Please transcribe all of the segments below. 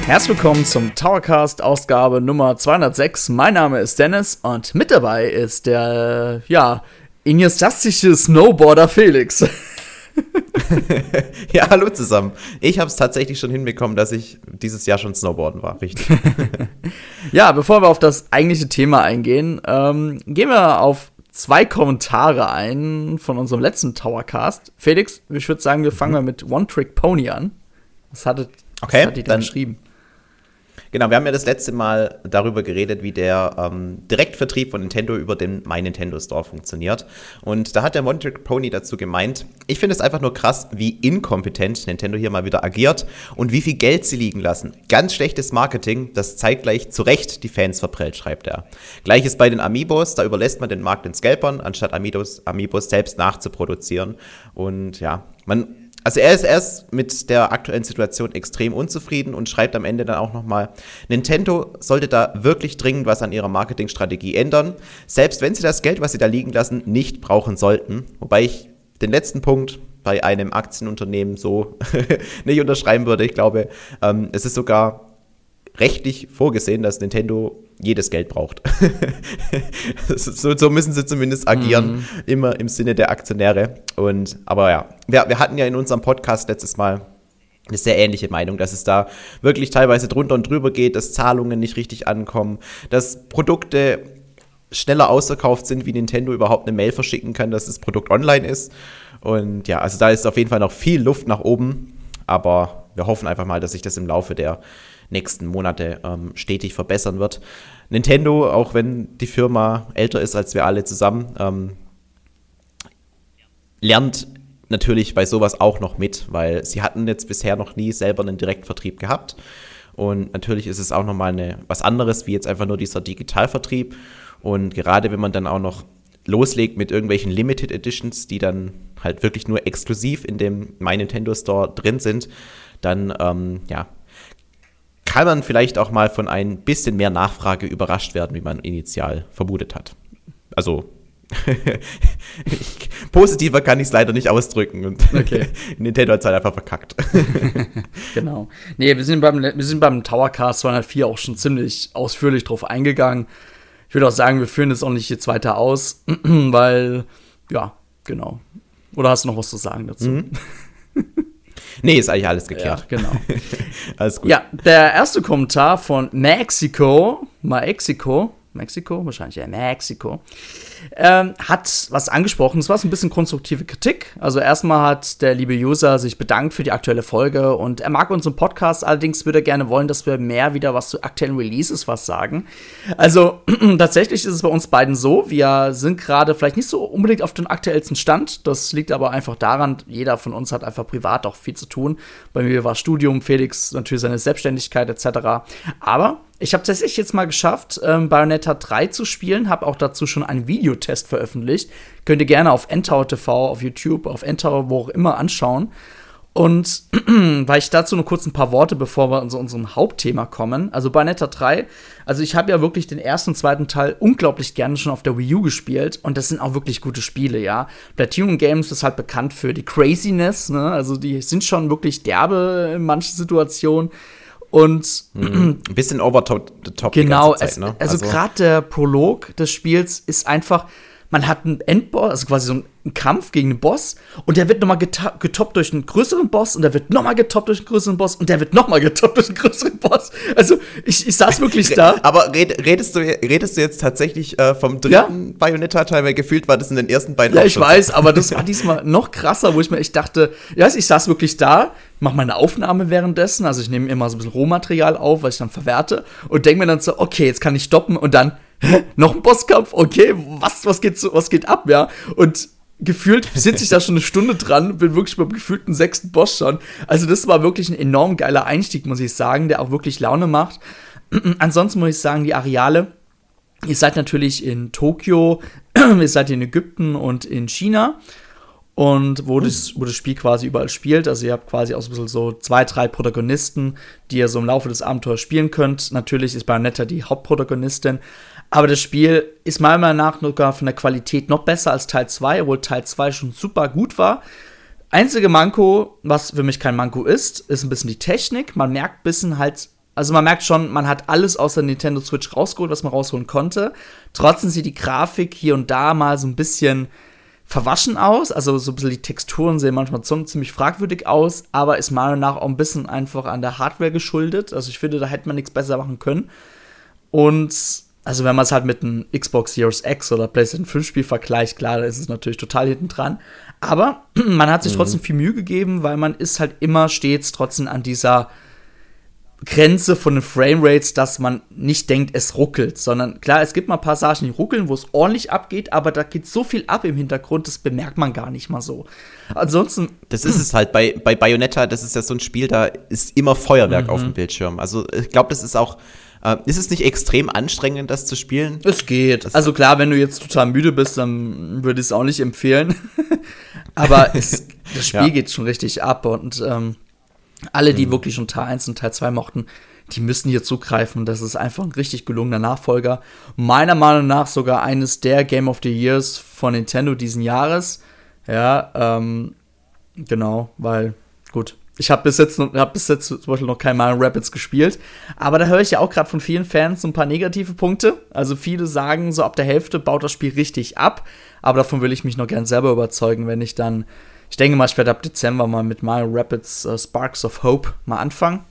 Herzlich willkommen zum Towercast Ausgabe Nummer 206. Mein Name ist Dennis und mit dabei ist der, enthusiastische Snowboarder Felix. Ja, hallo zusammen. Ich habe es tatsächlich schon hinbekommen, dass ich dieses Jahr schon Snowboarden war, richtig. Ja, bevor wir auf das eigentliche Thema eingehen, gehen wir auf 2 Kommentare ein von unserem letzten Towercast. Felix, ich würde sagen, wir fangen mal mit One Trick Pony an. Was hat die dann geschrieben? Genau, wir haben ja das letzte Mal darüber geredet, wie der Direktvertrieb von Nintendo über den My Nintendo Store funktioniert. Und da hat der One Trick Pony dazu gemeint, ich finde es einfach nur krass, wie inkompetent Nintendo hier mal wieder agiert und wie viel Geld sie liegen lassen. Ganz schlechtes Marketing, das zeitgleich zu Recht die Fans verprellt, schreibt er. Gleiches bei den Amiibos, da überlässt man den Markt den Scalpern, anstatt Amiibos selbst nachzuproduzieren. Und ja, er ist mit der aktuellen Situation extrem unzufrieden und schreibt am Ende dann auch nochmal, Nintendo sollte da wirklich dringend was an ihrer Marketingstrategie ändern, selbst wenn sie das Geld, was sie da liegen lassen, nicht brauchen sollten. Wobei ich den letzten Punkt bei einem Aktienunternehmen so nicht unterschreiben würde. Ich glaube, es ist sogar rechtlich vorgesehen, dass Nintendo jedes Geld braucht. So müssen sie zumindest agieren, immer im Sinne der Aktionäre. Aber ja, wir hatten ja in unserem Podcast letztes Mal eine sehr ähnliche Meinung, dass es da wirklich teilweise drunter und drüber geht, dass Zahlungen nicht richtig ankommen, dass Produkte schneller ausverkauft sind, wie Nintendo überhaupt eine Mail verschicken kann, dass das Produkt online ist. Und ja, also da ist auf jeden Fall noch viel Luft nach oben, aber wir hoffen einfach mal, dass sich das im Laufe der nächsten Monate stetig verbessern wird. Nintendo, auch wenn die Firma älter ist als wir alle zusammen, lernt natürlich bei sowas auch noch mit, weil sie hatten jetzt bisher noch nie selber einen Direktvertrieb gehabt. Und natürlich ist es auch nochmal was anderes, wie jetzt einfach nur dieser Digitalvertrieb. Und gerade wenn man dann auch noch loslegt mit irgendwelchen Limited Editions, die dann halt wirklich nur exklusiv in dem My Nintendo Store drin sind, dann, kann man vielleicht auch mal von ein bisschen mehr Nachfrage überrascht werden, wie man initial vermutet hat. Also, positiver kann ich es leider nicht ausdrücken. Und okay. Nintendo hat es halt einfach verkackt. Genau. Nee, wir sind beim Towercast 204 auch schon ziemlich ausführlich drauf eingegangen. Ich würde auch sagen, wir führen das auch nicht jetzt weiter aus, weil, ja, genau. Oder hast du noch was zu sagen dazu? Nee, ist eigentlich alles geklärt. Ja, genau. Alles gut. Ja, der erste Kommentar von Mexiko, wahrscheinlich, ja, Mexiko, hat was angesprochen. Es war so ein bisschen konstruktive Kritik. Also erstmal hat der liebe User sich bedankt für die aktuelle Folge und er mag unseren Podcast, allerdings würde er gerne wollen, dass wir mehr wieder was zu aktuellen Releases was sagen. Also tatsächlich ist es bei uns beiden so, wir sind gerade vielleicht nicht so unbedingt auf dem aktuellsten Stand. Das liegt aber einfach daran, jeder von uns hat einfach privat auch viel zu tun. Bei mir war Studium, Felix natürlich seine Selbstständigkeit etc. Aber ich habe tatsächlich jetzt mal geschafft, Bayonetta 3 zu spielen, habe auch dazu schon einen Videotest veröffentlicht. Könnt ihr gerne auf nTower TV, auf YouTube, auf nTower, wo auch immer anschauen. Und weil ich dazu nur kurz ein paar Worte, bevor wir zu unserem Hauptthema kommen. Also Bayonetta 3, also ich habe ja wirklich den ersten und zweiten Teil unglaublich gerne schon auf der Wii U gespielt. Und das sind auch wirklich gute Spiele, ja. Platinum Games ist halt bekannt für die Craziness, ne? Also die sind schon wirklich derbe in manchen Situationen. Und ein bisschen over the top genau, die ganze Zeit, ne? Also gerade der Prolog des Spiels ist einfach, man hat einen Endboss, also quasi so einen Kampf gegen einen Boss und der wird nochmal getoppt durch einen größeren Boss und der wird nochmal getoppt durch einen größeren Boss und der wird nochmal getoppt durch einen größeren Boss. Also ich saß wirklich da. Aber redest du jetzt tatsächlich vom dritten Bayonetta-Teil, weil gefühlt war das in den ersten beiden Ja, ich weiß, aber das war diesmal noch krasser, wo ich mir echt dachte, ich saß wirklich da, mache meine Aufnahme währenddessen, also ich nehme immer so ein bisschen Rohmaterial auf, was ich dann verwerte und denke mir dann so, okay, jetzt kann ich stoppen und dann noch ein Bosskampf, okay, was geht ab, ja? Und gefühlt sitze ich da schon eine Stunde dran, bin wirklich beim gefühlten 6. Boss schon. Also das war wirklich ein enorm geiler Einstieg, muss ich sagen, der auch wirklich Laune macht. Ansonsten muss ich sagen, die Areale, ihr seid natürlich in Tokio, ihr seid in Ägypten und in China. Und wo das Spiel quasi überall spielt. Also ihr habt quasi auch so ein bisschen so 2, 3 Protagonisten, die ihr so im Laufe des Abenteuers spielen könnt. Natürlich ist Bayonetta die Hauptprotagonistin. Aber das Spiel ist meiner Meinung nach sogar von der Qualität noch besser als Teil 2, obwohl Teil 2 schon super gut war. Einzige Manko, was für mich kein Manko ist ein bisschen die Technik. Man merkt ein bisschen halt Also man merkt schon, man hat alles aus der Nintendo Switch rausgeholt, was man rausholen konnte. Trotzdem sieht die Grafik hier und da mal so ein bisschen verwaschen aus. Also so ein bisschen die Texturen sehen manchmal ziemlich fragwürdig aus, aber ist meiner Meinung nach auch ein bisschen einfach an der Hardware geschuldet. Also ich finde, da hätte man nichts besser machen können. Und also wenn man es halt mit einem Xbox Series X oder PlayStation 5 Spiel vergleicht, klar, da ist es natürlich total hinten dran. Aber man hat sich trotzdem viel Mühe gegeben, weil man ist halt immer stets trotzdem an dieser Grenze von den Framerates, dass man nicht denkt, es ruckelt, sondern klar, es gibt mal Passagen, die ruckeln, wo es ordentlich abgeht, aber da geht so viel ab im Hintergrund, das bemerkt man gar nicht mal so. Ansonsten das ist es halt bei Bayonetta, das ist ja so ein Spiel, da ist immer Feuerwerk auf dem Bildschirm. Also ich glaube, das ist auch ist es nicht extrem anstrengend, das zu spielen? Es geht. Also klar, wenn du jetzt total müde bist, dann würde ich es auch nicht empfehlen. Aber das Spiel geht schon richtig ab. Und alle, die wirklich schon Teil 1 und Teil 2 mochten, die müssen hier zugreifen. Das ist einfach ein richtig gelungener Nachfolger. Meiner Meinung nach sogar eines der Game of the Years von Nintendo diesen Jahres. Ja, genau, weil, gut. Ich habe bis jetzt zum Beispiel noch kein Mario Rabbids gespielt. Aber da höre ich ja auch gerade von vielen Fans so ein paar negative Punkte. Also viele sagen, so ab der Hälfte baut das Spiel richtig ab. Aber davon will ich mich noch gern selber überzeugen, wenn ich dann, ich denke mal, ich werde ab Dezember mal mit Mario Rabbids Sparks of Hope mal anfangen.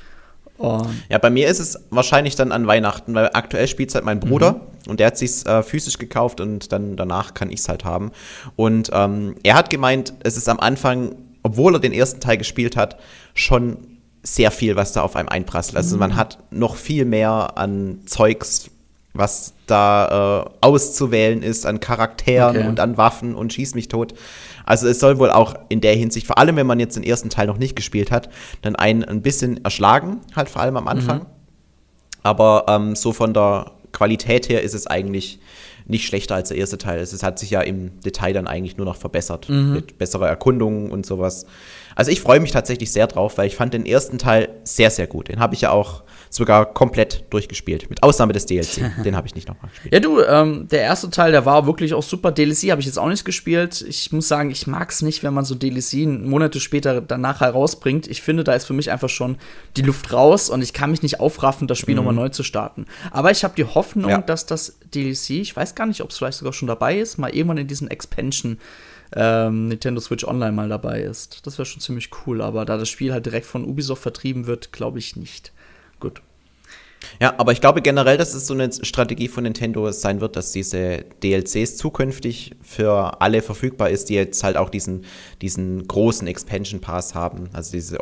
Ja, bei mir ist es wahrscheinlich dann an Weihnachten, weil aktuell spielt es halt mein Bruder und der hat sich's physisch gekauft und dann danach kann ich es halt haben. Und er hat gemeint, es ist am Anfang, obwohl er den ersten Teil gespielt hat, schon sehr viel, was da auf einem einprasselt. Also man hat noch viel mehr an Zeugs, was da auszuwählen ist, an Charakteren und an Waffen und schieß mich tot. Also es soll wohl auch in der Hinsicht, vor allem wenn man jetzt den ersten Teil noch nicht gespielt hat, dann einen ein bisschen erschlagen, halt vor allem am Anfang. Aber so von der Qualität her ist es eigentlich nicht schlechter als der erste Teil. Es hat sich ja im Detail dann eigentlich nur noch verbessert, mit besserer Erkundung und sowas. Also ich freue mich tatsächlich sehr drauf, weil ich fand den ersten Teil sehr, sehr gut. Den habe ich ja auch sogar komplett durchgespielt, mit Ausnahme des DLC. Den habe ich nicht nochmal gespielt. Ja, du, der erste Teil, der war wirklich auch super. DLC habe ich jetzt auch nicht gespielt. Ich muss sagen, ich mag es nicht, wenn man so DLC Monate später danach herausbringt. Ich finde, da ist für mich einfach schon die Luft raus und ich kann mich nicht aufraffen, das Spiel nochmal neu zu starten. Aber ich habe die Hoffnung, dass das DLC, ich weiß gar nicht, ob es vielleicht sogar schon dabei ist, mal irgendwann in diesen Expansion Nintendo Switch Online mal dabei ist. Das wäre schon ziemlich cool, aber da das Spiel halt direkt von Ubisoft vertrieben wird, glaube ich nicht. Gut. Ja, aber ich glaube generell, dass es so eine Strategie von Nintendo sein wird, dass diese DLCs zukünftig für alle verfügbar ist, die jetzt halt auch diesen großen Expansion Pass haben. Also dieses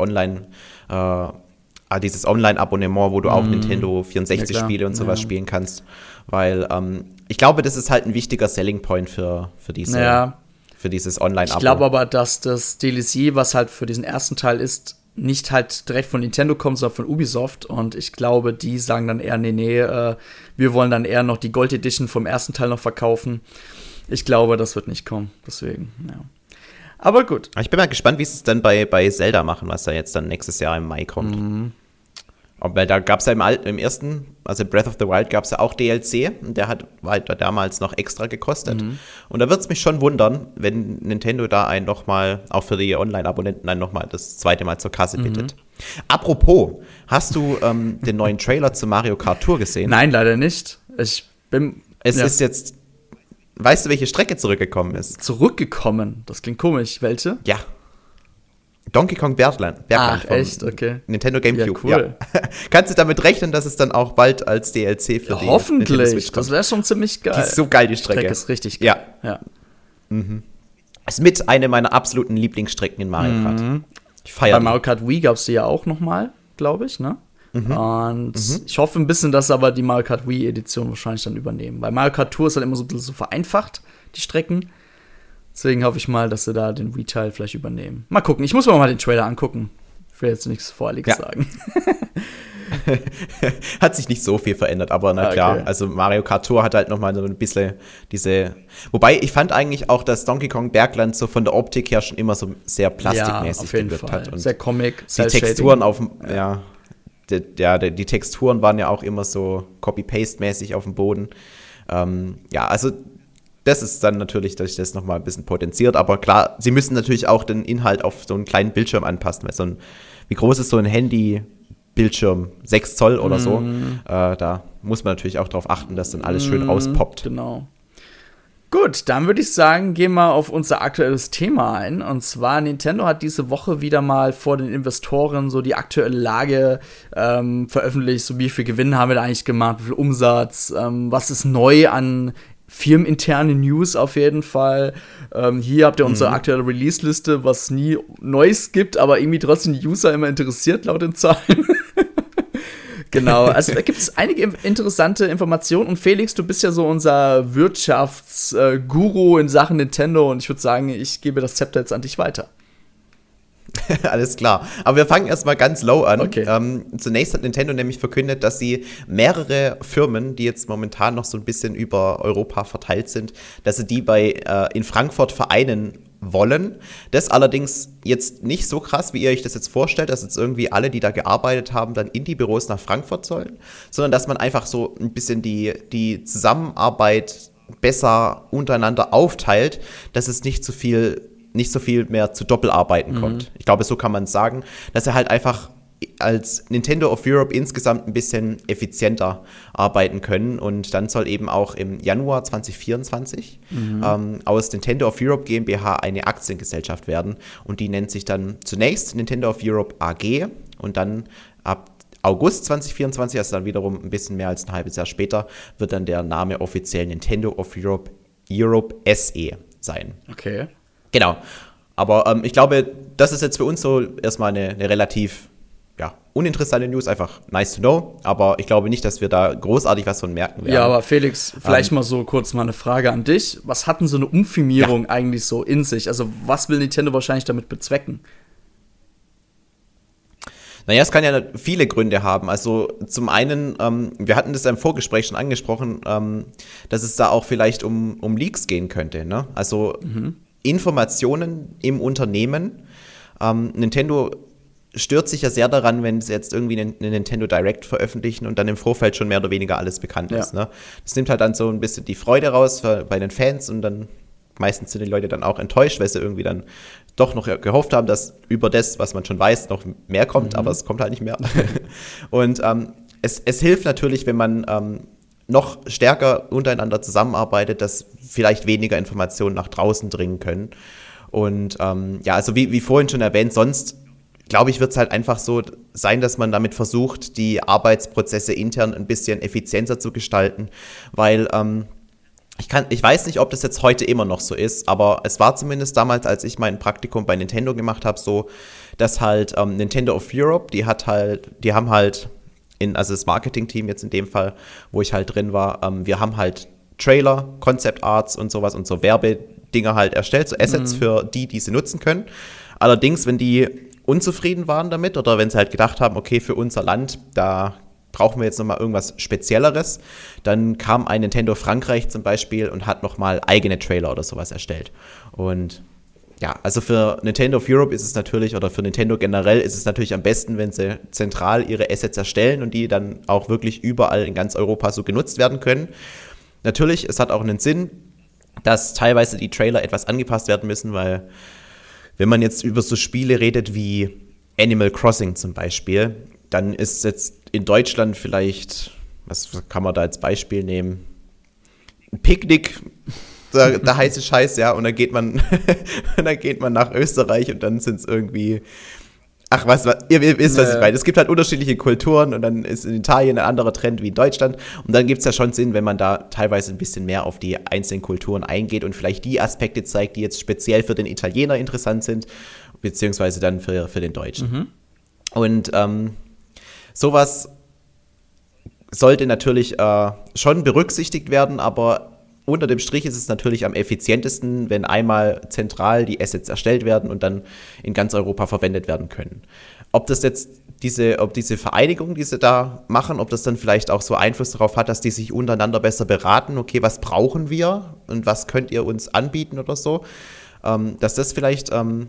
Online-Abonnement, wo du auch Nintendo 64-Spiele und sowas spielen kannst. Weil ich glaube, das ist halt ein wichtiger Selling Point für dieses Online-Abo. Ich glaube aber, dass das DLC, was halt für diesen ersten Teil ist, nicht halt direkt von Nintendo kommt, sondern von Ubisoft. Und ich glaube, die sagen dann eher, nee, wir wollen dann eher noch die Gold Edition vom ersten Teil noch verkaufen. Ich glaube, das wird nicht kommen. Deswegen, ja. Aber gut. Ich bin mal gespannt, wie sie es dann bei Zelda machen, was da jetzt dann nächstes Jahr im Mai kommt. Weil da gab es ja im ersten, also Breath of the Wild, gab es ja auch DLC. Und der war halt damals noch extra gekostet. Und da wird es mich schon wundern, wenn Nintendo da einen nochmal, auch für die Online-Abonnenten, einen nochmal das zweite Mal zur Kasse bittet. Apropos, hast du den neuen Trailer zu Mario Kart Tour gesehen? Nein, leider nicht. Es ist jetzt, weißt du, welche Strecke zurückgekommen ist? Zurückgekommen? Das klingt komisch. Welche? Ja. Donkey Kong Bergland. Ach, echt? Okay. Nintendo GameCube. Ja, cool. Ja. Kannst du damit rechnen, dass es dann auch bald als DLC für die hoffentlich. Switch kommt? Das wäre schon ziemlich geil. Die ist so geil, die Strecke. Die Strecke ist richtig geil. Ja. Ist mit einer meiner absoluten Lieblingsstrecken in Mario Kart. Ich feiere Bei Mario Kart Wii gab es die ja auch noch mal, glaube ich, ne? Und ich hoffe ein bisschen, dass aber die Mario Kart Wii-Edition wahrscheinlich dann übernehmen. Weil Mario Kart Tour ist halt immer so ein bisschen so vereinfacht, die Strecken. Deswegen hoffe ich mal, dass sie da den Wii-Teil vielleicht übernehmen. Mal gucken, ich muss mir mal den Trailer angucken. Ich will jetzt nichts Voreiliges sagen. Hat sich nicht so viel verändert, aber na klar, also Mario Kart Tour hat halt nochmal so ein bisschen wobei ich fand eigentlich auch, dass Donkey Kong Bergland so von der Optik her schon immer so sehr plastikmäßig gewirkt hat. Und sehr Comic, die Texturen die Texturen waren ja auch immer so Copy-Paste-mäßig auf dem Boden. Also das ist dann natürlich, dass sich das nochmal ein bisschen potenziert. Aber klar, sie müssen natürlich auch den Inhalt auf so einen kleinen Bildschirm anpassen. Weil wie groß ist so ein Handy Bildschirm 6 Zoll oder so. Da muss man natürlich auch darauf achten, dass dann alles schön rauspoppt. Genau. Gut, dann würde ich sagen, gehen wir auf unser aktuelles Thema ein. Und zwar, Nintendo hat diese Woche wieder mal vor den Investoren so die aktuelle Lage veröffentlicht. So wie viel Gewinn haben wir da eigentlich gemacht, wie viel Umsatz, was ist neu an firmeninterne News auf jeden Fall. Hier habt ihr unsere aktuelle Release-Liste, was nie Neues gibt, aber irgendwie trotzdem die User immer interessiert, laut den Zahlen. Genau, also da gibt es einige interessante Informationen. Und Felix, du bist ja so unser Wirtschaftsguru in Sachen Nintendo. Und ich würde sagen, ich gebe das Zepter jetzt an dich weiter. Alles klar. Aber wir fangen erstmal ganz low an. Okay. Zunächst hat Nintendo nämlich verkündet, dass sie mehrere Firmen, die jetzt momentan noch so ein bisschen über Europa verteilt sind, dass sie die in Frankfurt vereinen wollen. Das allerdings jetzt nicht so krass, wie ihr euch das jetzt vorstellt, dass jetzt irgendwie alle, die da gearbeitet haben, dann in die Büros nach Frankfurt sollen, sondern dass man einfach so ein bisschen die Zusammenarbeit besser untereinander aufteilt, dass es nicht so viel mehr zu Doppelarbeiten kommt. Ich glaube, so kann man es sagen, dass er halt einfach als Nintendo of Europe insgesamt ein bisschen effizienter arbeiten können. Und dann soll eben auch im Januar 2024 aus Nintendo of Europe GmbH eine Aktiengesellschaft werden. Und die nennt sich dann zunächst Nintendo of Europe AG und dann ab August 2024, also dann wiederum ein bisschen mehr als ein halbes Jahr später, wird dann der Name offiziell Nintendo of Europe SE sein. Okay. Genau. Aber ich glaube, das ist jetzt für uns so erstmal eine relativ uninteressante News, einfach nice to know, aber ich glaube nicht, dass wir da großartig was von merken werden. Ja, aber Felix, vielleicht mal so kurz mal eine Frage an dich. Was hat denn so eine Umfirmierung eigentlich so in sich? Also was will Nintendo wahrscheinlich damit bezwecken? Naja, es kann ja viele Gründe haben. Also zum einen, wir hatten das ja im Vorgespräch schon angesprochen, dass es da auch vielleicht um Leaks gehen könnte, ne? Also Informationen im Unternehmen. Nintendo stört sich ja sehr daran, wenn sie jetzt irgendwie einen Nintendo Direct veröffentlichen und dann im Vorfeld schon mehr oder weniger alles bekannt ist. Ne? Das nimmt halt dann so ein bisschen die Freude raus bei den Fans und dann meistens sind die Leute dann auch enttäuscht, weil sie irgendwie dann doch noch gehofft haben, dass über das, was man schon weiß, noch mehr kommt, aber es kommt halt nicht mehr. Und es hilft natürlich, wenn man noch stärker untereinander zusammenarbeitet, dass vielleicht weniger Informationen nach draußen dringen können. Und also wie vorhin schon erwähnt, sonst glaube ich, wird es halt einfach so sein, dass man damit versucht, die Arbeitsprozesse intern ein bisschen effizienter zu gestalten, weil ich weiß nicht, ob das jetzt heute immer noch so ist, aber es war zumindest damals, als ich mein Praktikum bei Nintendo gemacht habe, so, dass halt Nintendo of Europe, die haben halt also das Marketing-Team jetzt in dem Fall, wo ich halt drin war, wir haben halt Trailer, Concept Arts und sowas und so Werbedinger halt erstellt, so Assets für die sie nutzen können. Allerdings, wenn die unzufrieden waren damit oder wenn sie halt gedacht haben, okay, für unser Land, da brauchen wir jetzt nochmal irgendwas Spezielleres, dann kam ein Nintendo Frankreich zum Beispiel und hat nochmal eigene Trailer oder sowas erstellt. Und ja, also für Nintendo of Europe ist es natürlich, oder für Nintendo generell ist es natürlich am besten, wenn sie zentral ihre Assets erstellen und die dann auch wirklich überall in ganz Europa so genutzt werden können. Natürlich, es hat auch einen Sinn, dass teilweise die Trailer etwas angepasst werden müssen, weil wenn man jetzt über so Spiele redet wie Animal Crossing zum Beispiel, dann ist jetzt in Deutschland vielleicht, was kann man da als Beispiel nehmen? Ein Picknick, der heiße Scheiß, ja, und dann geht man nach Österreich und dann sind es irgendwie, ihr wisst, was ich meine. Es gibt halt unterschiedliche Kulturen und dann ist in Italien ein anderer Trend wie in Deutschland. Und dann gibt es ja schon Sinn, wenn man da teilweise ein bisschen mehr auf die einzelnen Kulturen eingeht und vielleicht die Aspekte zeigt, die jetzt speziell für den Italiener interessant sind, beziehungsweise dann für den Deutschen. Und sowas sollte natürlich schon berücksichtigt werden, aber unter dem Strich ist es natürlich am effizientesten, wenn einmal zentral die Assets erstellt werden und dann in ganz Europa verwendet werden können. Ob das jetzt diese Vereinigung, die sie da machen, ob das dann vielleicht auch so Einfluss darauf hat, dass die sich untereinander besser beraten, okay, was brauchen wir und was könnt ihr uns anbieten oder so, dass das vielleicht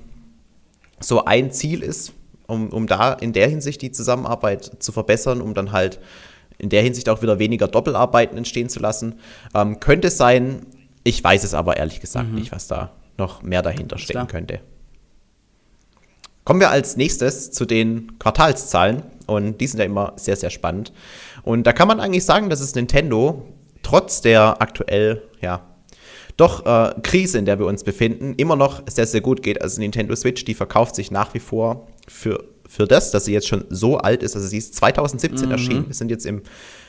so ein Ziel ist, um da in der Hinsicht die Zusammenarbeit zu verbessern, um dann halt in der Hinsicht auch wieder weniger Doppelarbeiten entstehen zu lassen. Könnte es sein, ich weiß es aber ehrlich gesagt nicht, was da noch mehr dahinter stecken könnte. Kommen wir als nächstes zu den Quartalszahlen. und die sind ja immer sehr, sehr spannend. Und da kann man eigentlich sagen, dass es Nintendo trotz der aktuell, doch Krise, in der wir uns befinden, immer noch sehr, sehr gut geht. Also Nintendo Switch, die verkauft sich nach wie vor für das, dass sie jetzt schon so alt ist. Also sie ist 2017 erschienen. Wir sind jetzt im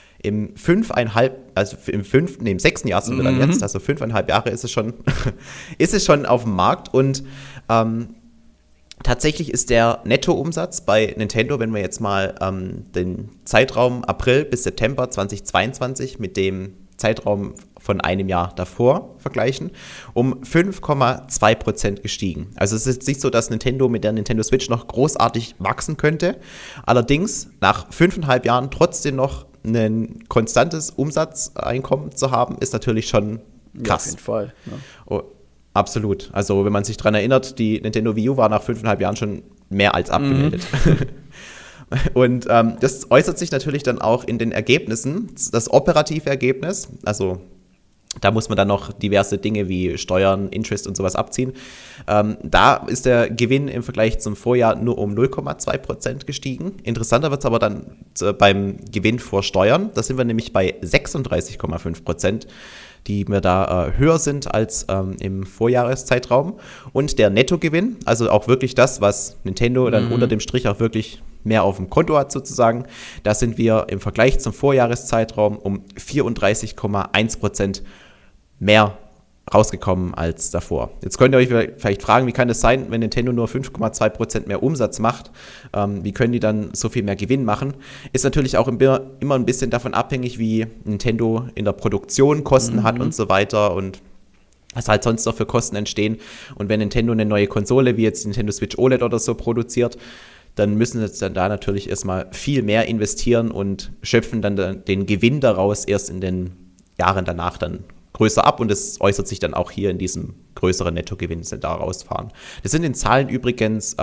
6. Jahr sind wir dann jetzt, also 5,5 Jahre ist es schon, ist es schon auf dem Markt und tatsächlich ist der Nettoumsatz bei Nintendo, wenn wir jetzt mal den Zeitraum April bis September 2022 mit dem Zeitraum von einem Jahr davor vergleichen, um 5,2% gestiegen. Also es ist nicht so, dass Nintendo mit der Nintendo Switch noch großartig wachsen könnte. Allerdings nach 5,5 Jahren trotzdem noch ein konstantes Umsatzeinkommen zu haben, ist natürlich schon krass. Ja, auf jeden Fall. Ja. Oh, absolut. Also wenn man sich daran erinnert, die Nintendo Wii U war nach 5,5 Jahren schon mehr als abgemeldet. Und das äußert sich natürlich dann auch in den Ergebnissen. Das operative Ergebnis, also da muss man dann noch diverse Dinge wie Steuern, Interest und sowas abziehen. Da ist der Gewinn im Vergleich zum Vorjahr nur um 0,2% gestiegen. Interessanter wird es aber dann beim Gewinn vor Steuern. Da sind wir nämlich bei 36,5%, die wir da höher sind als im Vorjahreszeitraum. Und der Nettogewinn, also auch wirklich das, was Nintendo dann unter dem Strich auch wirklich mehr auf dem Konto hat sozusagen, da sind wir im Vergleich zum Vorjahreszeitraum um 34,1% mehr rausgekommen als davor. Jetzt könnt ihr euch vielleicht fragen, wie kann das sein, wenn Nintendo nur 5,2% mehr Umsatz macht? Wie können die dann so viel mehr Gewinn machen? Ist natürlich auch immer ein bisschen davon abhängig, wie Nintendo in der Produktion Kosten hat und so weiter und was halt sonst noch für Kosten entstehen. Und wenn Nintendo eine neue Konsole wie jetzt Nintendo Switch OLED oder so produziert, dann müssen sie dann da natürlich erstmal viel mehr investieren und schöpfen dann den Gewinn daraus erst in den Jahren danach dann größer ab und das äußert sich dann auch hier in diesem größeren Nettogewinn, den sie da rausfahren. Das sind in Zahlen übrigens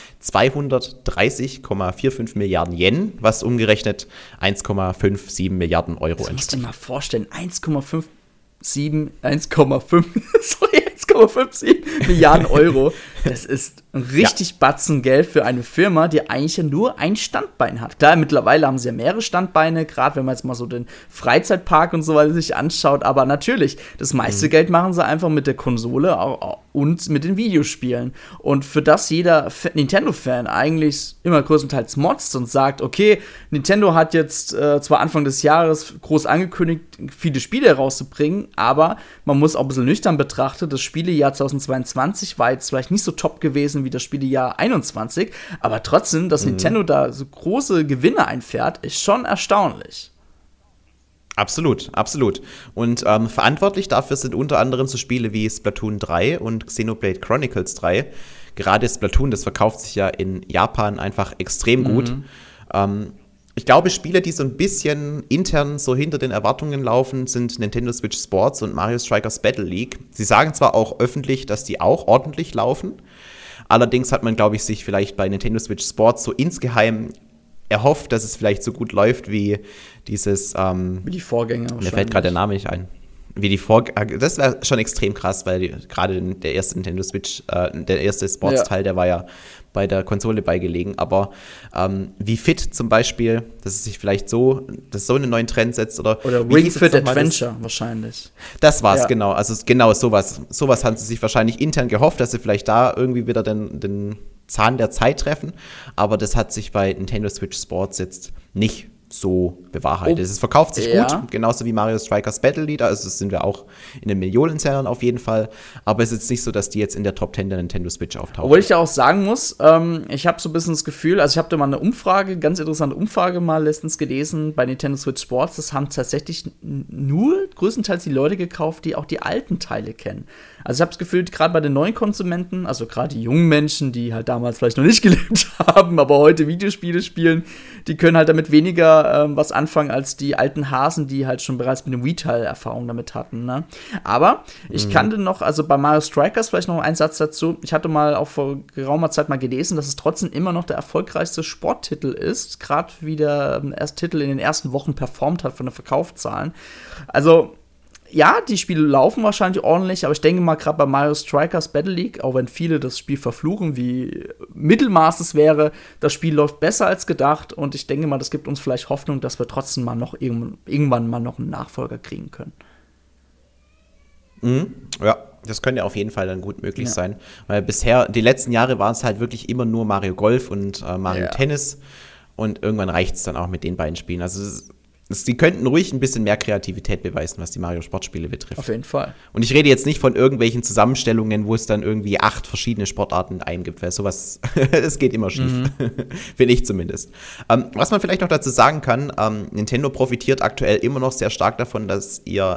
230,45 Milliarden Yen, was umgerechnet 1,57 Milliarden Euro entspricht. Das musst du dir mal vorstellen, 1,57 Milliarden Euro. Das ist ein richtig Batzen Geld für eine Firma, die eigentlich ja nur ein Standbein hat. Klar, mittlerweile haben sie ja mehrere Standbeine, gerade wenn man jetzt mal so den Freizeitpark und so weiter sich anschaut. Aber natürlich, das meiste Geld machen sie einfach mit der Konsole und mit den Videospielen. Und für das jeder Nintendo-Fan eigentlich immer größtenteils motzt und sagt, okay, Nintendo hat jetzt zwar Anfang des Jahres groß angekündigt, viele Spiele herauszubringen, aber man muss auch ein bisschen nüchtern betrachten, das Spielejahr 2022 war jetzt vielleicht nicht so top gewesen wie das Spielejahr 21, aber trotzdem, dass Nintendo da so große Gewinne einfährt, ist schon erstaunlich. Absolut, absolut. Und verantwortlich dafür sind unter anderem so Spiele wie Splatoon 3 und Xenoblade Chronicles 3. Gerade Splatoon, das verkauft sich ja in Japan einfach extrem gut. Ich glaube, Spiele, die so ein bisschen intern so hinter den Erwartungen laufen, sind Nintendo Switch Sports und Mario Strikers Battle League. Sie sagen zwar auch öffentlich, dass die auch ordentlich laufen. Allerdings hat man, glaube ich, sich vielleicht bei Nintendo Switch Sports so insgeheim erhofft, dass es vielleicht so gut läuft wie dieses wie die Vorgänger. Mir fällt gerade der Name nicht ein. Das wäre schon extrem krass, weil gerade der erste Nintendo Switch, der erste Sports-Teil, der war ja bei der Konsole beigelegen. Aber wie Fit zum Beispiel, dass es sich vielleicht so einen neuen Trend setzt. Oder Ring Fit Adventure wahrscheinlich. Das war's, genau. Also genau sowas. Sowas haben sie sich wahrscheinlich intern gehofft, dass sie vielleicht da irgendwie wieder den Zahn der Zeit treffen. Aber das hat sich bei Nintendo Switch Sports jetzt nicht so bewahrheitet. Es verkauft sich gut, genauso wie Mario Strikers Battle Leader, also das sind wir auch in den Millionenzählern auf jeden Fall, aber es ist jetzt nicht so, dass die jetzt in der Top 10 der Nintendo Switch auftauchen. Obwohl ich ja auch sagen muss, ich habe so ein bisschen das Gefühl, also ich habe da mal eine Umfrage, ganz interessante Umfrage mal letztens gelesen bei Nintendo Switch Sports, das haben tatsächlich nur größtenteils die Leute gekauft, die auch die alten Teile kennen. Also ich habe das Gefühl, gerade bei den neuen Konsumenten, also gerade die jungen Menschen, die halt damals vielleicht noch nicht gelebt haben, aber heute Videospiele spielen, die können halt damit weniger was anfangen als die alten Hasen, die halt schon bereits mit dem Wii-Teil Erfahrung damit hatten. Ne? Aber ich kannte noch, also bei Mario Strikers vielleicht noch einen Satz dazu, ich hatte mal auch vor geraumer Zeit mal gelesen, dass es trotzdem immer noch der erfolgreichste Sporttitel ist, gerade wie der erste Titel in den ersten Wochen performt hat von den Verkaufszahlen. Also ja, die Spiele laufen wahrscheinlich ordentlich, aber ich denke mal, gerade bei Mario Strikers Battle League, auch wenn viele das Spiel verfluchen, wie Mittelmaß es wäre, das Spiel läuft besser als gedacht und ich denke mal, das gibt uns vielleicht Hoffnung, dass wir trotzdem mal noch irgendwann mal noch einen Nachfolger kriegen können. Ja, das könnte auf jeden Fall dann gut möglich sein, weil bisher, die letzten Jahre waren es halt wirklich immer nur Mario Golf und Mario Tennis und irgendwann reicht es dann auch mit den beiden Spielen. Also die könnten ruhig ein bisschen mehr Kreativität beweisen, was die Mario-Sportspiele betrifft. Auf jeden Fall. Und ich rede jetzt nicht von irgendwelchen Zusammenstellungen, wo es dann irgendwie 8 verschiedene Sportarten eingibt, weil sowas, es geht immer schief. Finde ich zumindest. Was man vielleicht noch dazu sagen kann, Nintendo profitiert aktuell immer noch sehr stark davon, dass ihr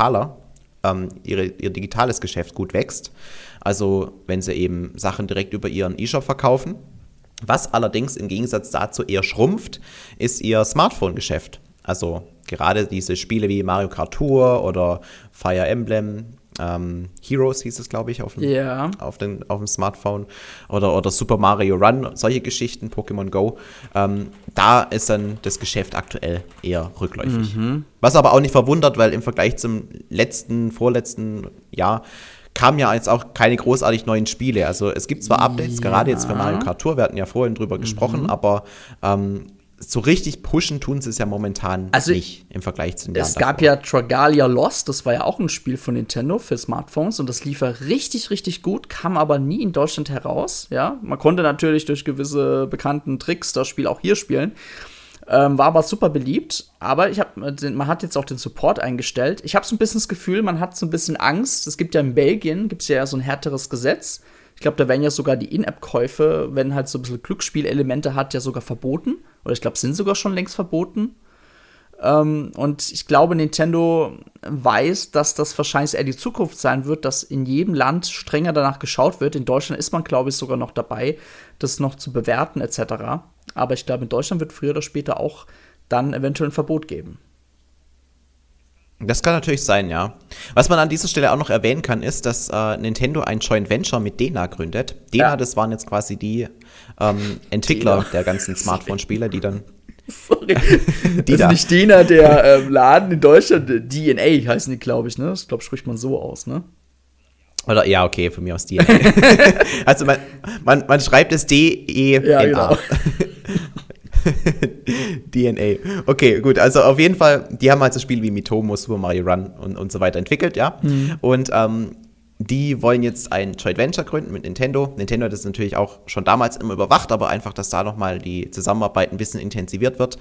digitales Geschäft gut wächst. Also wenn sie eben Sachen direkt über ihren E-Shop verkaufen. Was allerdings im Gegensatz dazu eher schrumpft, ist ihr Smartphone-Geschäft. Also gerade diese Spiele wie Mario Kart Tour oder Fire Emblem, Heroes hieß es, glaube ich, auf dem Smartphone. Oder Super Mario Run, solche Geschichten, Pokémon Go. Da ist dann das Geschäft aktuell eher rückläufig. Was aber auch nicht verwundert, weil im Vergleich zum vorletzten Jahr kamen ja jetzt auch keine großartig neuen Spiele. Also es gibt zwar Updates, gerade jetzt für Mario Kart Tour, wir hatten ja vorhin drüber gesprochen, aber so richtig pushen tun sie es ja momentan nicht im Vergleich zu den Jahren davor. Es gab ja Dragalia Lost, das war ja auch ein Spiel von Nintendo für Smartphones und das lief ja richtig, richtig gut, kam aber nie in Deutschland heraus. Ja? Man konnte natürlich durch gewisse bekannten Tricks das Spiel auch hier spielen. War aber super beliebt, aber man hat jetzt auch den Support eingestellt. Ich habe so ein bisschen das Gefühl, man hat so ein bisschen Angst. Es gibt ja in Belgien, so ein härteres Gesetz. Ich glaube, da werden ja sogar die In-App-Käufe, wenn halt so ein bisschen Glücksspielelemente hat, ja sogar verboten. Oder ich glaube, sind sogar schon längst verboten. Und ich glaube, Nintendo weiß, dass das wahrscheinlich eher die Zukunft sein wird, dass in jedem Land strenger danach geschaut wird. In Deutschland ist man, glaube ich, sogar noch dabei, das noch zu bewerten etc. Aber ich glaube, in Deutschland wird früher oder später auch dann eventuell ein Verbot geben. Das kann natürlich sein, ja. Was man an dieser Stelle auch noch erwähnen kann, ist, dass Nintendo ein Joint Venture mit Dena gründet. Dena, das waren jetzt quasi die Entwickler der ganzen Smartphone-Spiele, die dann Sorry. Das ist nicht Dena, der Laden in Deutschland, DNA heißen die, glaube ich, ne? Das, glaube spricht man so aus, ne? Oder, ja, okay, von mir aus DNA. Also man schreibt es D-E-N-A. Ja, genau. DNA. Okay, gut. Also auf jeden Fall, die haben halt so Spiele wie Miitomo, Super Mario Run und so weiter entwickelt, ja. Und die wollen jetzt ein Joint Venture gründen mit Nintendo. Nintendo hat das natürlich auch schon damals immer überwacht, aber einfach, dass da nochmal die Zusammenarbeit ein bisschen intensiviert wird.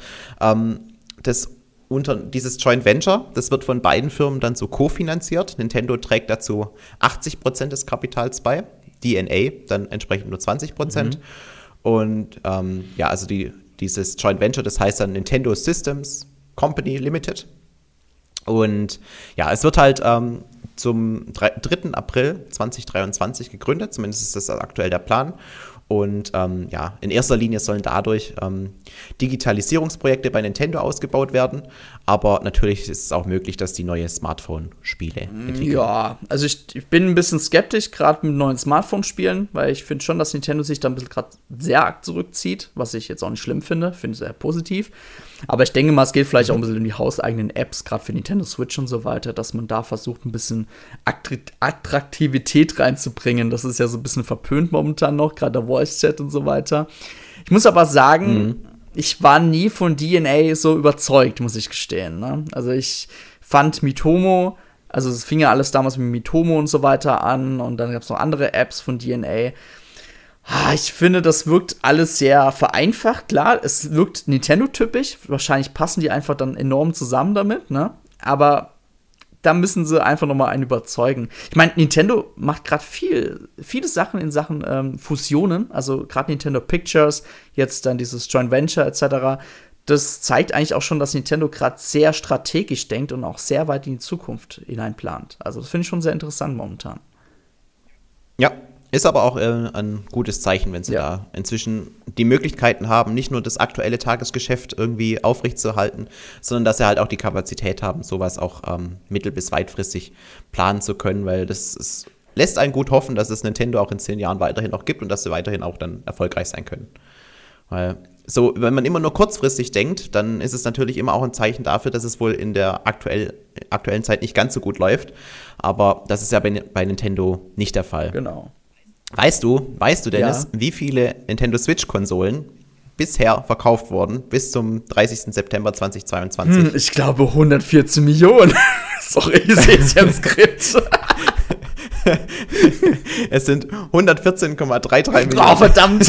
Dieses Joint Venture, das wird von beiden Firmen dann so kofinanziert. Nintendo trägt dazu 80% des Kapitals bei, DNA dann entsprechend nur 20%. Und also dieses Joint Venture, das heißt dann Nintendo Systems Company Limited. Und ja, es wird halt zum 3. April 2023 gegründet, zumindest ist das aktuell der Plan. Und in erster Linie sollen dadurch Digitalisierungsprojekte bei Nintendo ausgebaut werden. Aber natürlich ist es auch möglich, dass die neue Smartphone-Spiele entwickeln. Ja, also ich bin ein bisschen skeptisch, gerade mit neuen Smartphone-Spielen, weil ich finde schon, dass Nintendo sich da ein bisschen gerade sehr arg zurückzieht, was ich jetzt auch nicht schlimm finde, finde ich sehr positiv. Aber ich denke mal, es geht vielleicht auch ein bisschen um die hauseigenen Apps, gerade für Nintendo Switch und so weiter, dass man da versucht, ein bisschen Attraktivität reinzubringen. Das ist ja so ein bisschen verpönt momentan noch, gerade der Voice-Chat und so weiter. Ich muss aber sagen, ich war nie von DNA so überzeugt, muss ich gestehen. Ne? Also ich fand Miitomo, also es fing ja alles damals mit Miitomo und so weiter an und dann gab es noch andere Apps von DNA. Ich finde, das wirkt alles sehr vereinfacht. Klar, es wirkt Nintendo-typisch. Wahrscheinlich passen die einfach dann enorm zusammen damit, ne? Aber da müssen sie einfach noch mal einen überzeugen. Ich meine, Nintendo macht gerade viele Sachen in Sachen Fusionen. Also gerade Nintendo Pictures, jetzt dann dieses Joint Venture etc. Das zeigt eigentlich auch schon, dass Nintendo gerade sehr strategisch denkt und auch sehr weit in die Zukunft hineinplant. Also das finde ich schon sehr interessant momentan. Ja. Ist aber auch ein gutes Zeichen, wenn sie da inzwischen die Möglichkeiten haben, nicht nur das aktuelle Tagesgeschäft irgendwie aufrechtzuerhalten, sondern dass sie halt auch die Kapazität haben, sowas auch mittel- bis weitfristig planen zu können, weil das lässt einen gut hoffen, dass es Nintendo auch in 10 Jahren weiterhin auch gibt und dass sie weiterhin auch dann erfolgreich sein können. Weil so, wenn man immer nur kurzfristig denkt, dann ist es natürlich immer auch ein Zeichen dafür, dass es wohl in der aktuellen Zeit nicht ganz so gut läuft. Aber das ist ja bei Nintendo nicht der Fall. Genau. Weißt du, Dennis, wie viele Nintendo Switch-Konsolen bisher verkauft wurden bis zum 30. September 2022? Ich glaube 114 Millionen. Sorry, ich sehe es ja im Skript. Es sind 114,33 Millionen. Oh, verdammt.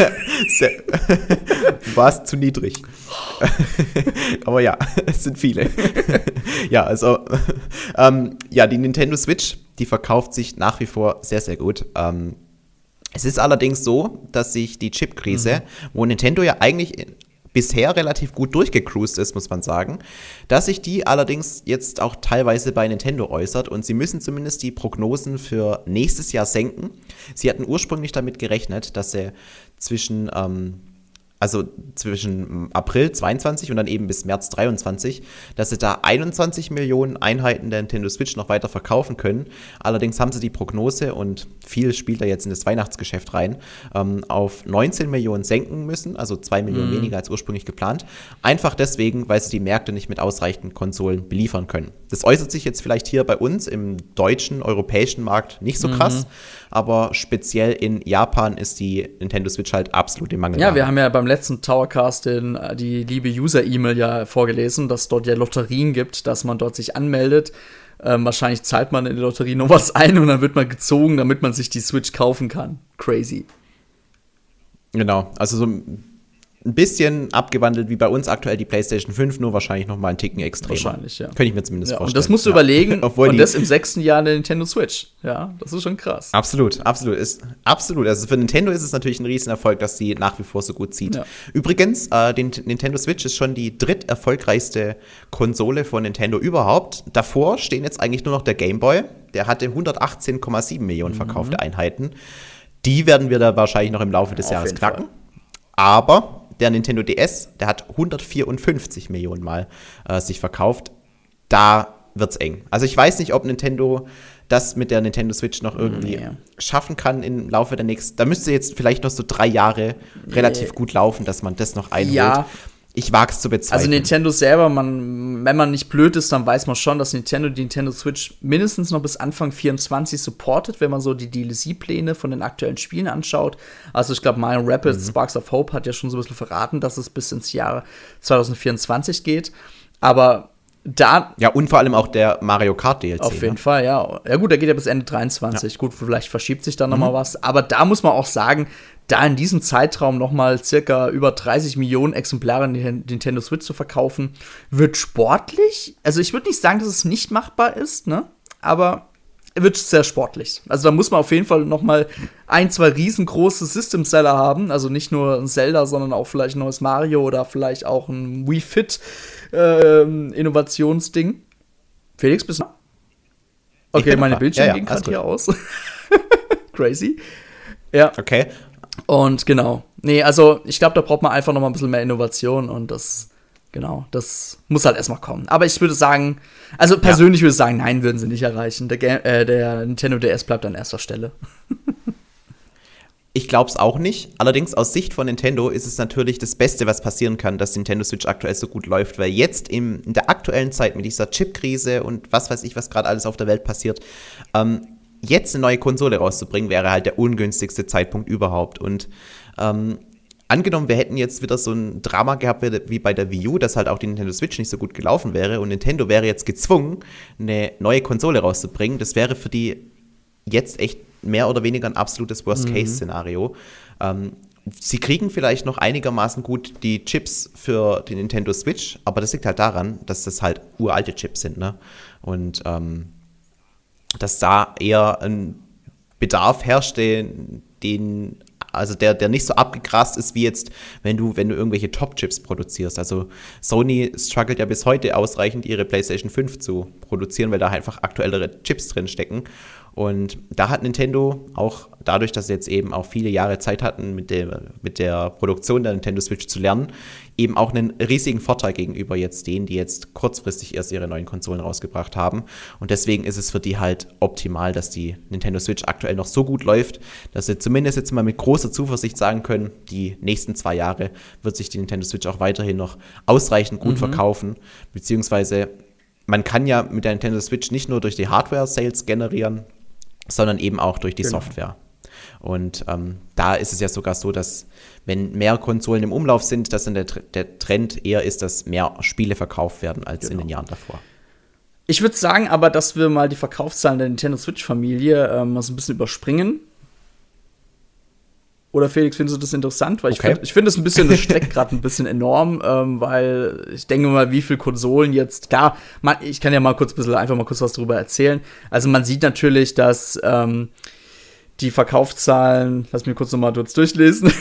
Du warst zu niedrig. Aber ja, es sind viele. Ja, also, die Nintendo Switch, die verkauft sich nach wie vor sehr, sehr gut. Es ist allerdings so, dass sich die Chip-Krise, wo Nintendo ja eigentlich bisher relativ gut durchgecruised ist, muss man sagen, dass sich die allerdings jetzt auch teilweise bei Nintendo äußert und sie müssen zumindest die Prognosen für nächstes Jahr senken. Sie hatten ursprünglich damit gerechnet, dass sie zwischen April 22 und dann eben bis März 23, dass sie da 21 Millionen Einheiten der Nintendo Switch noch weiter verkaufen können. Allerdings haben sie die Prognose, und viel spielt da jetzt in das Weihnachtsgeschäft rein, auf 19 Millionen senken müssen, also 2 Millionen weniger als ursprünglich geplant. Einfach deswegen, weil sie die Märkte nicht mit ausreichend Konsolen beliefern können. Das äußert sich jetzt vielleicht hier bei uns im deutschen, europäischen Markt nicht so krass, aber speziell in Japan ist die Nintendo Switch halt absolut im Mangel. Ja, wir haben ja beim letzten Towercast die liebe User-E-Mail ja vorgelesen, dass es dort ja Lotterien gibt, dass man dort sich anmeldet. Wahrscheinlich zahlt man in der Lotterie noch was ein und dann wird man gezogen, damit man sich die Switch kaufen kann. Crazy. Genau, also so ein bisschen abgewandelt wie bei uns aktuell die PlayStation 5, nur wahrscheinlich noch mal einen Ticken extremer. Wahrscheinlich, ja. Könnte ich mir zumindest vorstellen. Und das musst du überlegen, Obwohl und das im 6. Jahr der Nintendo Switch. Ja, das ist schon krass. Absolut. Absolut. Also für Nintendo ist es natürlich ein Riesenerfolg, dass sie nach wie vor so gut zieht. Ja. Übrigens, die Nintendo Switch ist schon die dritterfolgreichste Konsole von Nintendo überhaupt. Davor stehen jetzt eigentlich nur noch der Game Boy. Der hatte 118,7 Millionen verkaufte Einheiten. Die werden wir da wahrscheinlich noch im Laufe des Jahres knacken. Aber der Nintendo DS, der hat 154 Millionen Mal sich verkauft. Da wird's eng. Also ich weiß nicht, ob Nintendo das mit der Nintendo Switch noch irgendwie schaffen kann im Laufe der nächsten. Da müsste jetzt vielleicht noch so 3 Jahre relativ gut laufen, dass man das noch einholt. Ja. Ich wage es zu bezweifeln. Also Nintendo selber, wenn man nicht blöd ist, dann weiß man schon, dass Nintendo die Nintendo Switch mindestens noch bis Anfang 24 supportet, wenn man so die DLC-Pläne von den aktuellen Spielen anschaut. Also ich glaube, Mario Rapids, Sparks of Hope hat ja schon so ein bisschen verraten, dass es bis ins Jahr 2024 geht. Aber da ja, und vor allem auch der Mario Kart DLC. Auf jeden Fall, ja. Ja gut, der geht ja bis Ende 23. Ja. Gut, vielleicht verschiebt sich da noch mal was. Aber da muss man auch sagen, da in diesem Zeitraum noch mal circa über 30 Millionen Exemplare in die Nintendo Switch zu verkaufen, wird sportlich. Also ich würde nicht sagen, dass es nicht machbar ist, ne? Aber wird sehr sportlich. Also da muss man auf jeden Fall noch mal 1, 2 riesengroße System-Seller haben. Also nicht nur ein Zelda, sondern auch vielleicht ein neues Mario oder vielleicht auch ein Wii Fit Innovationsding. Felix, bist du noch? Okay, meine Bildschirme gehen gerade hier aus. Crazy. Ja. Okay. Und genau. Nee, also ich glaube, da braucht man einfach noch mal ein bisschen mehr Innovation und das muss halt erstmal kommen. Aber ich würde sagen, also persönlich würde ich sagen, nein, würden sie nicht erreichen. Der Nintendo DS bleibt an erster Stelle. Ich glaube es auch nicht. Allerdings aus Sicht von Nintendo ist es natürlich das Beste, was passieren kann, dass die Nintendo Switch aktuell so gut läuft, weil jetzt in der aktuellen Zeit mit dieser Chip-Krise und was weiß ich, was gerade alles auf der Welt passiert, jetzt eine neue Konsole rauszubringen, wäre halt der ungünstigste Zeitpunkt überhaupt. Und angenommen, wir hätten jetzt wieder so ein Drama gehabt wie bei der Wii U, dass halt auch die Nintendo Switch nicht so gut gelaufen wäre und Nintendo wäre jetzt gezwungen, eine neue Konsole rauszubringen. Das wäre für die jetzt echt mehr oder weniger ein absolutes Worst-Case-Szenario. Sie kriegen vielleicht noch einigermaßen gut die Chips für die Nintendo Switch, aber das liegt halt daran, dass das halt uralte Chips sind, ne? Und dass da eher ein Bedarf herrscht, der nicht so abgegrast ist, wie jetzt, wenn du irgendwelche Top-Chips produzierst. Also Sony struggelt ja bis heute ausreichend, ihre PlayStation 5 zu produzieren, weil da einfach aktuellere Chips drin stecken. Und da hat Nintendo auch dadurch, dass sie jetzt eben auch viele Jahre Zeit hatten, mit der Produktion der Nintendo Switch zu lernen, eben auch einen riesigen Vorteil gegenüber jetzt denen, die jetzt kurzfristig erst ihre neuen Konsolen rausgebracht haben. Und deswegen ist es für die halt optimal, dass die Nintendo Switch aktuell noch so gut läuft, dass sie zumindest jetzt mal mit großer Zuversicht sagen können, die nächsten 2 Jahre wird sich die Nintendo Switch auch weiterhin noch ausreichend gut verkaufen, beziehungsweise man kann ja mit der Nintendo Switch nicht nur durch die Hardware-Sales generieren, sondern eben auch durch die Software. Und da ist es ja sogar so, dass wenn mehr Konsolen im Umlauf sind, dass dann der Trend eher ist, dass mehr Spiele verkauft werden als in den Jahren davor. Ich würde sagen aber, dass wir mal die Verkaufszahlen der Nintendo Switch-Familie mal so ein bisschen überspringen. Oder Felix, findest du das interessant? Weil ich finde es ein bisschen, das streckt gerade ein bisschen enorm, weil ich denke mal, wie viele Konsolen jetzt, klar, ich kann ja mal kurz einfach mal kurz was darüber erzählen. Also man sieht natürlich, dass die Verkaufszahlen, lass mich kurz nochmal durchlesen.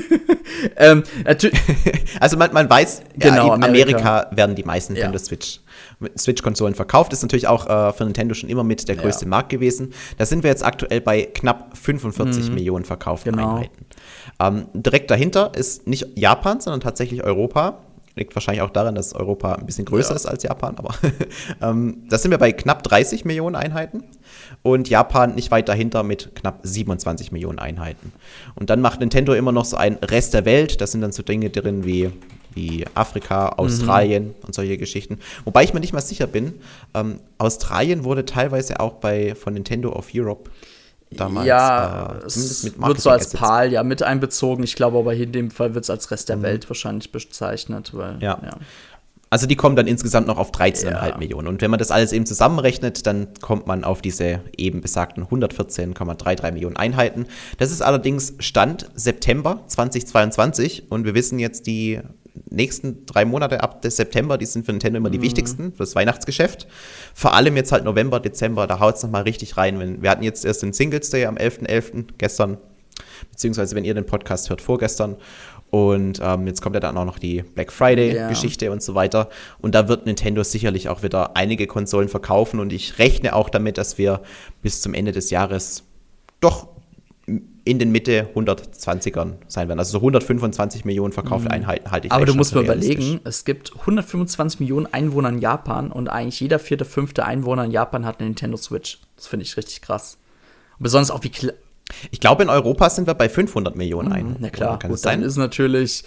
Also man weiß, genau, in Amerika werden die meisten Nintendo Switch-Konsolen verkauft. Ist natürlich auch für Nintendo schon immer mit der größte Markt gewesen. Da sind wir jetzt aktuell bei knapp 45 Millionen verkauften Einheiten. Direkt dahinter ist nicht Japan, sondern tatsächlich Europa. Liegt wahrscheinlich auch daran, dass Europa ein bisschen größer ist als Japan, aber da sind wir bei knapp 30 Millionen Einheiten und Japan nicht weit dahinter mit knapp 27 Millionen Einheiten. Und dann macht Nintendo immer noch so einen Rest der Welt, da sind dann so Dinge drin wie Afrika, Australien und solche Geschichten. Wobei ich mir nicht mal sicher bin, Australien wurde teilweise auch von Nintendo of Europe damals, es wird so als PAL mit einbezogen. Ich glaube aber hier in dem Fall wird es als Rest der Welt wahrscheinlich bezeichnet. Weil, Also die kommen dann insgesamt noch auf 13,5 Millionen. Und wenn man das alles eben zusammenrechnet, dann kommt man auf diese eben besagten 114,33 Millionen Einheiten. Das ist allerdings Stand September 2022 und wir wissen jetzt, die nächsten 3 Monate ab des September, die sind für Nintendo immer die wichtigsten, fürs Weihnachtsgeschäft. Vor allem jetzt halt November, Dezember, da haut es nochmal richtig rein. Wir hatten jetzt erst den Singles Day am 11.11. gestern, beziehungsweise wenn ihr den Podcast hört, vorgestern. Und jetzt kommt ja dann auch noch die Black Friday-Geschichte und so weiter. Und da wird Nintendo sicherlich auch wieder einige Konsolen verkaufen. Und ich rechne auch damit, dass wir bis zum Ende des Jahres doch in den Mitte 120ern sein werden. Also so 125 Millionen verkaufte Einheiten halte ich. Aber du musst mal überlegen, es gibt 125 Millionen Einwohner in Japan und eigentlich jeder 4., 5. Einwohner in Japan hat eine Nintendo Switch. Das finde ich richtig krass. Und besonders auch ich glaube, in Europa sind wir bei 500 Millionen Einwohner. Na klar, gut, dann ist natürlich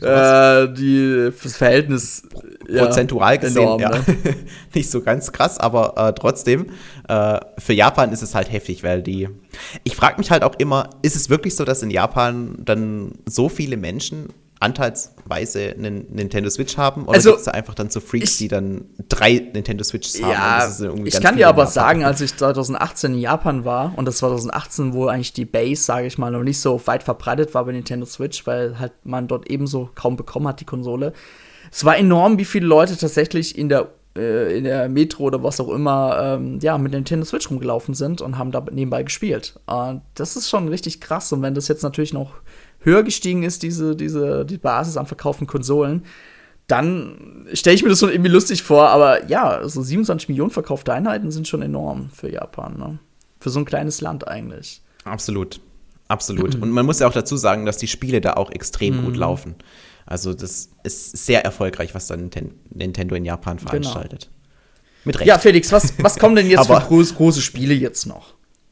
das Verhältnis prozentual gesehen enorm, ne? Nicht so ganz krass, aber trotzdem, für Japan ist es halt heftig, weil ich frage mich halt auch immer, ist es wirklich so, dass in Japan dann so viele Menschen anteilsweise einen Nintendo Switch haben? Oder gibt es da einfach dann so Freaks, die dann 3 Nintendo Switches haben? Ja, ich kann dir aber sagen, als ich 2018 in Japan war, und das war 2018, wo eigentlich die Base, sage ich mal, noch nicht so weit verbreitet war bei Nintendo Switch, weil halt man dort ebenso kaum bekommen hat, die Konsole. Es war enorm, wie viele Leute tatsächlich in der Metro oder was auch immer, mit der Nintendo Switch rumgelaufen sind und haben da nebenbei gespielt. Das ist schon richtig krass. Und wenn das jetzt natürlich noch höher gestiegen ist, die Basis an verkauften Konsolen, dann stelle ich mir das so irgendwie lustig vor. Aber ja, so 27 Millionen verkaufte Einheiten sind schon enorm für Japan, ne? Für so ein kleines Land eigentlich. Absolut. Und man muss ja auch dazu sagen, dass die Spiele da auch extrem gut laufen. Also das ist sehr erfolgreich, was dann Nintendo in Japan veranstaltet. Genau. Mit Recht. Ja, Felix, was kommen denn jetzt für große Spiele jetzt noch?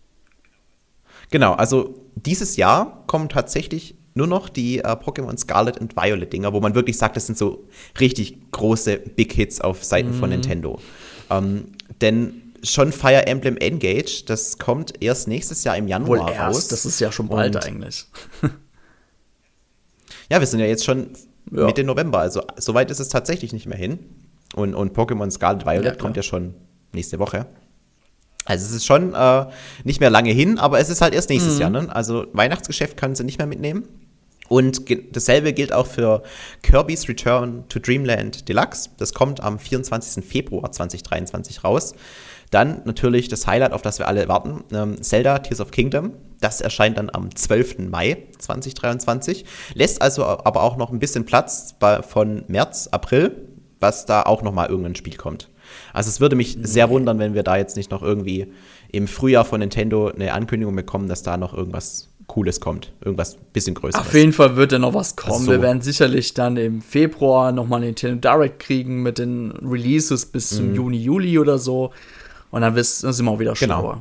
Genau, also dieses Jahr kommen tatsächlich nur noch die Pokémon Scarlet und Violet Dinger, wo man wirklich sagt, das sind so richtig große Big Hits auf Seiten von Nintendo. Denn schon Fire Emblem Engage, das kommt erst nächstes Jahr im Januar raus. Das ist ja schon bald eigentlich. Ja, wir sind ja jetzt schon Mitte November, also soweit ist es tatsächlich nicht mehr hin. Und Pokémon Scarlet Violet kommt ja schon nächste Woche. Also es ist schon nicht mehr lange hin, aber es ist halt erst nächstes Jahr. Ne? Also Weihnachtsgeschäft können sie nicht mehr mitnehmen. Und dasselbe gilt auch für Kirby's Return to Dreamland Deluxe. Das kommt am 24. Februar 2023 raus. Dann natürlich das Highlight, auf das wir alle warten, Zelda Tears of Kingdom. Das erscheint dann am 12. Mai 2023. Lässt also aber auch noch ein bisschen Platz von März, April, was da auch noch mal irgendein Spiel kommt. Also es würde mich sehr wundern, wenn wir da jetzt nicht noch irgendwie im Frühjahr von Nintendo eine Ankündigung bekommen, dass da noch irgendwas Cooles kommt. Irgendwas bisschen Größeres. Auf jeden Fall wird da noch was kommen. Also so. Wir werden sicherlich dann im Februar nochmal einen Nintendo Direct kriegen mit den Releases bis zum Juni, Juli oder so. Und dann sind wir auch wieder schlauer.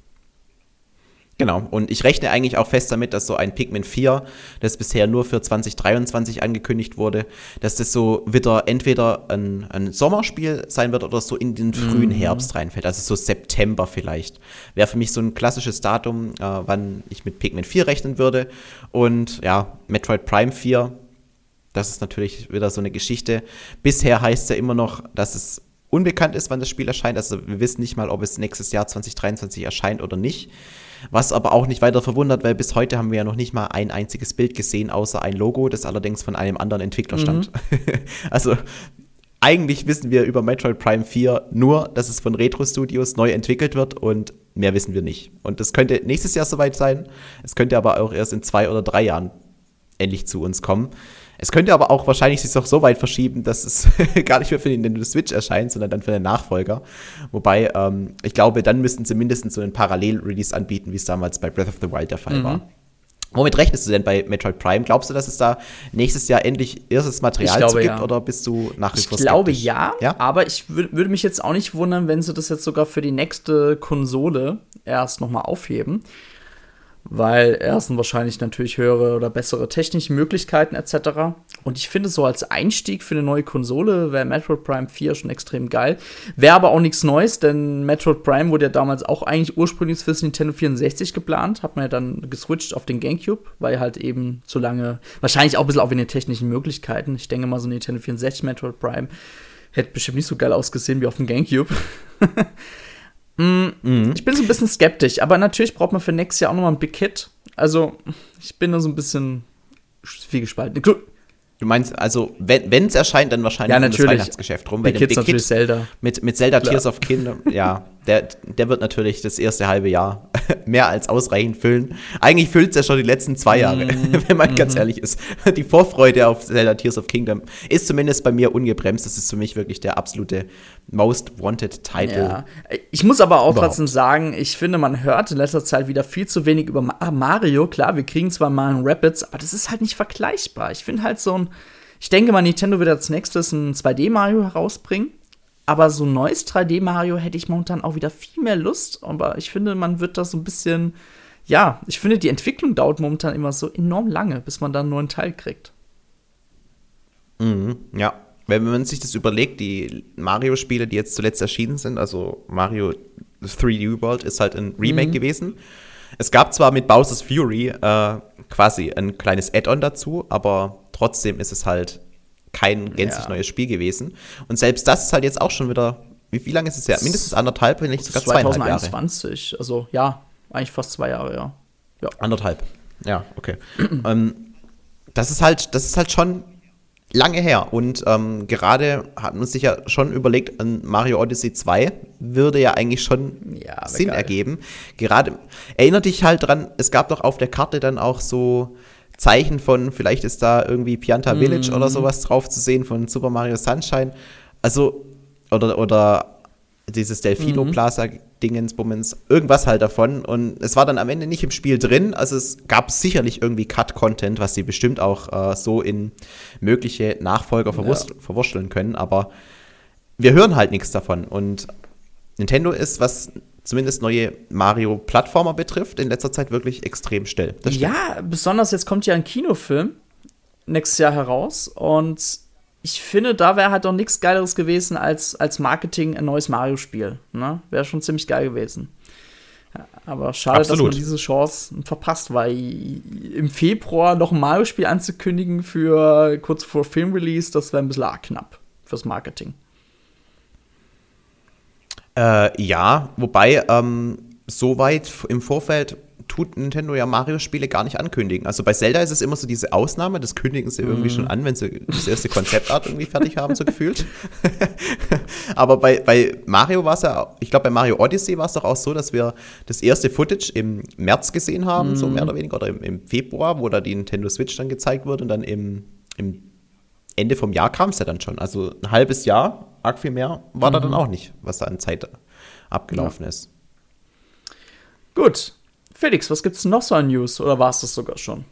Genau, und ich rechne eigentlich auch fest damit, dass so ein Pikmin 4, das bisher nur für 2023 angekündigt wurde, dass das so wieder entweder ein Sommerspiel sein wird oder so in den frühen Herbst reinfällt, also so September vielleicht. Wäre für mich so ein klassisches Datum, wann ich mit Pikmin 4 rechnen würde. Und ja, Metroid Prime 4, das ist natürlich wieder so eine Geschichte. Bisher heißt es ja immer noch, dass es unbekannt ist, wann das Spiel erscheint. Also wir wissen nicht mal, ob es nächstes Jahr 2023 erscheint oder nicht. Was aber auch nicht weiter verwundert, weil bis heute haben wir ja noch nicht mal ein einziges Bild gesehen, außer ein Logo, das allerdings von einem anderen Entwickler stammt. Also eigentlich wissen wir über Metroid Prime 4 nur, dass es von Retro Studios neu entwickelt wird und mehr wissen wir nicht. Und das könnte nächstes Jahr soweit sein. Es könnte aber auch erst in 2 oder 3 Jahren endlich zu uns kommen. Es könnte aber auch wahrscheinlich sich auch so weit verschieben, dass es gar nicht mehr für den Nintendo Switch erscheint, sondern dann für den Nachfolger. Wobei, ich glaube, dann müssten sie mindestens so einen Parallel-Release anbieten, wie es damals bei Breath of the Wild der Fall war. Womit rechnest du denn bei Metroid Prime? Glaubst du, dass es da nächstes Jahr endlich erstes Material zu gibt? Ja. Oder bist du nach wie vor skeptisch? Ich glaube ja, aber ich würde mich jetzt auch nicht wundern, wenn sie das jetzt sogar für die nächste Konsole erst nochmal aufheben. Weil erstens wahrscheinlich natürlich höhere oder bessere technische Möglichkeiten etc. Und ich finde, so als Einstieg für eine neue Konsole wäre Metroid Prime 4 schon extrem geil. Wäre aber auch nichts Neues, denn Metroid Prime wurde ja damals auch eigentlich ursprünglich fürs Nintendo 64 geplant. Hat man ja dann geswitcht auf den GameCube, weil halt eben zu lange, wahrscheinlich auch ein bisschen auch wegen den technischen Möglichkeiten. Ich denke mal, so ein Nintendo 64 Metroid Prime hätte bestimmt nicht so geil ausgesehen wie auf dem GameCube. Ich bin so ein bisschen skeptisch, aber natürlich braucht man für nächstes Jahr auch nochmal einen Big Hit. Also, ich bin da so ein bisschen zwiegespalten. Du meinst, also, wenn es erscheint, dann wahrscheinlich um das Weihnachtsgeschäft rum. Big Hit ist natürlich Zelda. Mit Zelda Tears of Kingdom, ja, der wird natürlich das erste halbe Jahr mehr als ausreichend füllen. Eigentlich füllt es ja schon die letzten 2 Jahre, wenn man ganz ehrlich ist. Die Vorfreude auf Zelda Tears of Kingdom ist zumindest bei mir ungebremst. Das ist für mich wirklich der absolute Most Wanted Title. Ja. Ich muss aber auch trotzdem sagen, ich finde, man hört in letzter Zeit wieder viel zu wenig über Mario. Klar, wir kriegen zwar mal einen Rabbids, aber das ist halt nicht vergleichbar. Ich finde halt ich denke mal, Nintendo wird als nächstes ein 2D-Mario herausbringen. Aber so ein neues 3D-Mario hätte ich momentan auch wieder viel mehr Lust. Aber ich finde, man wird da so ein bisschen, ja, ich finde, die Entwicklung dauert momentan immer so enorm lange, bis man dann einen neuen Teil kriegt. Ja, wenn man sich das überlegt, die Mario-Spiele, die jetzt zuletzt erschienen sind, also Mario 3D World ist halt ein Remake gewesen. Es gab zwar mit Bowser's Fury quasi ein kleines Add-on dazu, aber trotzdem ist es halt kein gänzlich neues Spiel gewesen. Und selbst das ist halt jetzt auch schon wieder, wie lange ist es her? Mindestens 1,5, wenn nicht sogar 2,5 Jahre. 2021, also ja, eigentlich fast 2 Jahre, ja. 1,5, ja, okay. Das ist halt schon lange her. Und gerade hat man sich ja schon überlegt, ein Mario Odyssey 2 würde ja eigentlich schon Sinn ergeben. Gerade, erinnere dich halt dran, es gab doch auf der Karte dann auch so Zeichen von, vielleicht ist da irgendwie Pianta Village oder sowas drauf zu sehen von Super Mario Sunshine. Also, oder dieses Delfino Plaza Dingensbummens, irgendwas halt davon. Und es war dann am Ende nicht im Spiel drin. Also es gab sicherlich irgendwie Cut-Content, was sie bestimmt auch so in mögliche Nachfolger verwursteln können. Aber wir hören halt nichts davon. Und Nintendo ist, was zumindest neue Mario-Plattformer betrifft, in letzter Zeit wirklich extrem still. Ja, besonders jetzt kommt ja ein Kinofilm nächstes Jahr heraus und ich finde, da wäre halt doch nichts Geileres gewesen als Marketing ein neues Mario-Spiel. Ne? Wäre schon ziemlich geil gewesen. Ja, aber schade, dass man diese Chance verpasst, weil im Februar noch ein Mario-Spiel anzukündigen für kurz vor Filmrelease, das wäre ein bisschen arg knapp fürs Marketing. Ja, wobei so weit im Vorfeld tut Nintendo ja Mario-Spiele gar nicht ankündigen. Also bei Zelda ist es immer so diese Ausnahme, das kündigen sie irgendwie schon an, wenn sie das erste Konzeptart irgendwie fertig haben, so gefühlt. Aber bei Mario war es ja, ich glaube bei Mario Odyssey war es doch auch so, dass wir das erste Footage im März gesehen haben, so mehr oder weniger, oder im Februar, wo da die Nintendo Switch dann gezeigt wurde und dann im Ende vom Jahr kam es ja dann schon. Also ein halbes Jahr, arg viel mehr, war da dann auch nicht, was da an Zeit abgelaufen ist. Gut. Felix, was gibt's noch so an News? Oder war es das sogar schon?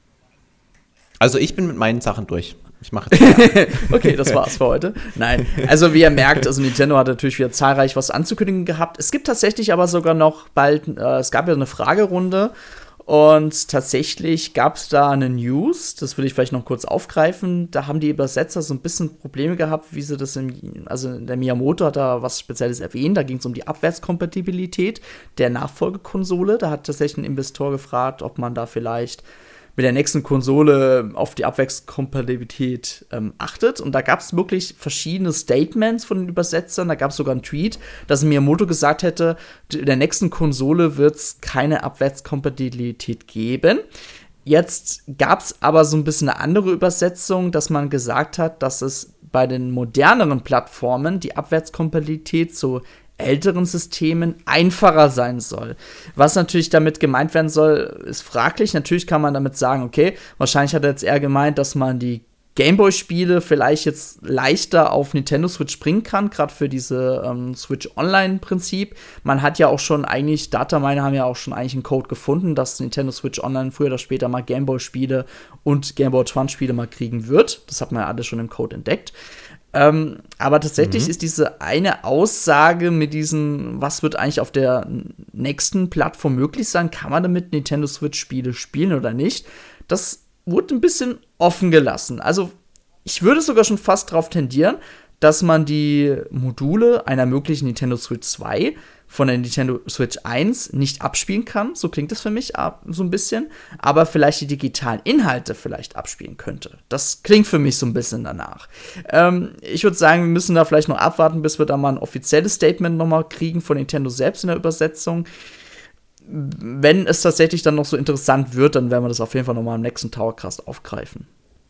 Also ich bin mit meinen Sachen durch. Ich mache jetzt okay, das war's für heute. Nein, also wie ihr merkt, also Nintendo hat natürlich wieder zahlreich was anzukündigen gehabt. Es gibt tatsächlich aber sogar noch bald, es gab ja eine Fragerunde und tatsächlich gab es da eine News, das will ich vielleicht noch kurz aufgreifen. Da haben die Übersetzer so ein bisschen Probleme gehabt, wie sie das also der Miyamoto hat da was Spezielles erwähnt, da ging es um die Abwärtskompatibilität der Nachfolgekonsole. Da hat tatsächlich ein Investor gefragt, ob man da vielleicht mit der nächsten Konsole auf die Abwärtskompatibilität achtet. Und da gab es wirklich verschiedene Statements von den Übersetzern. Da gab es sogar einen Tweet, dass Miyamoto gesagt hätte, in der nächsten Konsole wird es keine Abwärtskompatibilität geben. Jetzt gab es aber so ein bisschen eine andere Übersetzung, dass man gesagt hat, dass es bei den moderneren Plattformen die Abwärtskompatibilität so älteren Systemen einfacher sein soll. Was natürlich damit gemeint werden soll, ist fraglich. Natürlich kann man damit sagen, okay, wahrscheinlich hat er jetzt eher gemeint, dass man die Gameboy-Spiele vielleicht jetzt leichter auf Nintendo Switch bringen kann, gerade für diese Switch-Online-Prinzip. Man hat ja auch schon eigentlich, Dataminer haben ja auch schon eigentlich einen Code gefunden, dass Nintendo Switch Online früher oder später mal Gameboy-Spiele und Game Boy Advance-Spiele mal kriegen wird. Das hat man ja alles schon im Code entdeckt. Aber tatsächlich ist diese eine Aussage mit diesen, was wird eigentlich auf der nächsten Plattform möglich sein, kann man damit Nintendo Switch-Spiele spielen oder nicht, das wurde ein bisschen offen gelassen. Also ich würde sogar schon fast darauf tendieren, dass man die Module einer möglichen Nintendo Switch 2 von der Nintendo Switch 1 nicht abspielen kann. So klingt es für mich so ein bisschen. Aber vielleicht die digitalen Inhalte vielleicht abspielen könnte. Das klingt für mich so ein bisschen danach. Ich würde sagen, wir müssen da vielleicht noch abwarten, bis wir da mal ein offizielles Statement nochmal kriegen von Nintendo selbst in der Übersetzung. Wenn es tatsächlich dann noch so interessant wird, dann werden wir das auf jeden Fall nochmal im nächsten Towercast aufgreifen.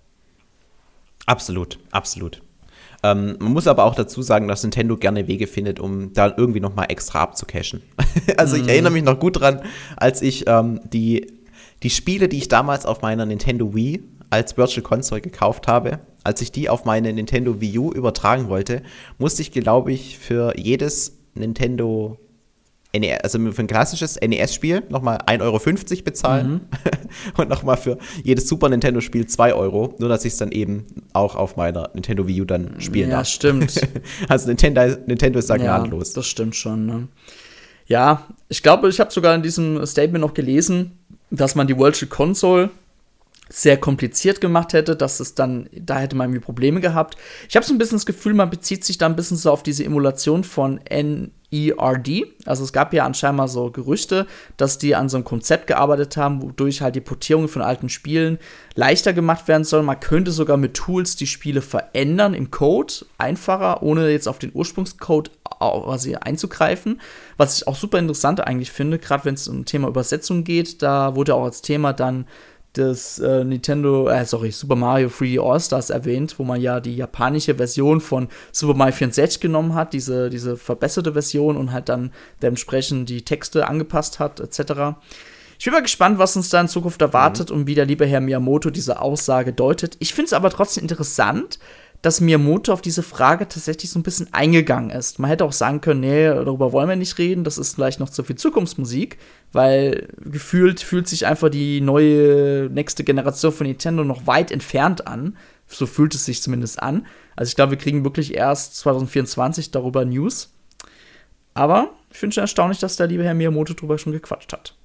Absolut, absolut. Man muss aber auch dazu sagen, dass Nintendo gerne Wege findet, um da irgendwie noch mal extra abzucashen. Also ich erinnere mich noch gut dran, als ich die Spiele, die ich damals auf meiner Nintendo Wii als Virtual Console gekauft habe, als ich die auf meine Nintendo Wii U übertragen wollte, musste ich, glaube ich, für jedes Nintendo also für ein klassisches NES-Spiel nochmal 1,50 € bezahlen und nochmal für jedes Super Nintendo-Spiel 2 €, nur dass ich es dann eben auch auf meiner Nintendo Wii U dann spielen darf. Ja, stimmt. Also Nintendo ist da gnadenlos. Ja, das stimmt schon, ne? Ja, ich glaube, ich habe sogar in diesem Statement noch gelesen, dass man die Virtual Console sehr kompliziert gemacht hätte, dass es dann, da hätte man irgendwie Probleme gehabt. Ich habe so ein bisschen das Gefühl, man bezieht sich da ein bisschen so auf diese Emulation von NERD. Also es gab ja anscheinend mal so Gerüchte, dass die an so einem Konzept gearbeitet haben, wodurch halt die Portierungen von alten Spielen leichter gemacht werden sollen. Man könnte sogar mit Tools die Spiele verändern im Code, einfacher, ohne jetzt auf den Ursprungscode quasi einzugreifen. Was ich auch super interessant eigentlich finde, gerade wenn es um Thema Übersetzung geht, da wurde auch als Thema dann das Super Mario 3D All-Stars erwähnt, wo man ja die japanische Version von Super Mario 64 genommen hat, diese verbesserte Version und halt dann dementsprechend die Texte angepasst hat, etc. Ich bin mal gespannt, was uns da in Zukunft erwartet und wie der liebe Herr Miyamoto diese Aussage deutet. Ich finde es aber trotzdem interessant, dass Miyamoto auf diese Frage tatsächlich so ein bisschen eingegangen ist. Man hätte auch sagen können, nee, darüber wollen wir nicht reden, das ist vielleicht noch zu viel Zukunftsmusik, weil gefühlt fühlt sich einfach die nächste Generation von Nintendo noch weit entfernt an. So fühlt es sich zumindest an. Also ich glaube, wir kriegen wirklich erst 2024 darüber News. Aber ich finde es schon erstaunlich, dass der liebe Herr Miyamoto drüber schon gequatscht hat.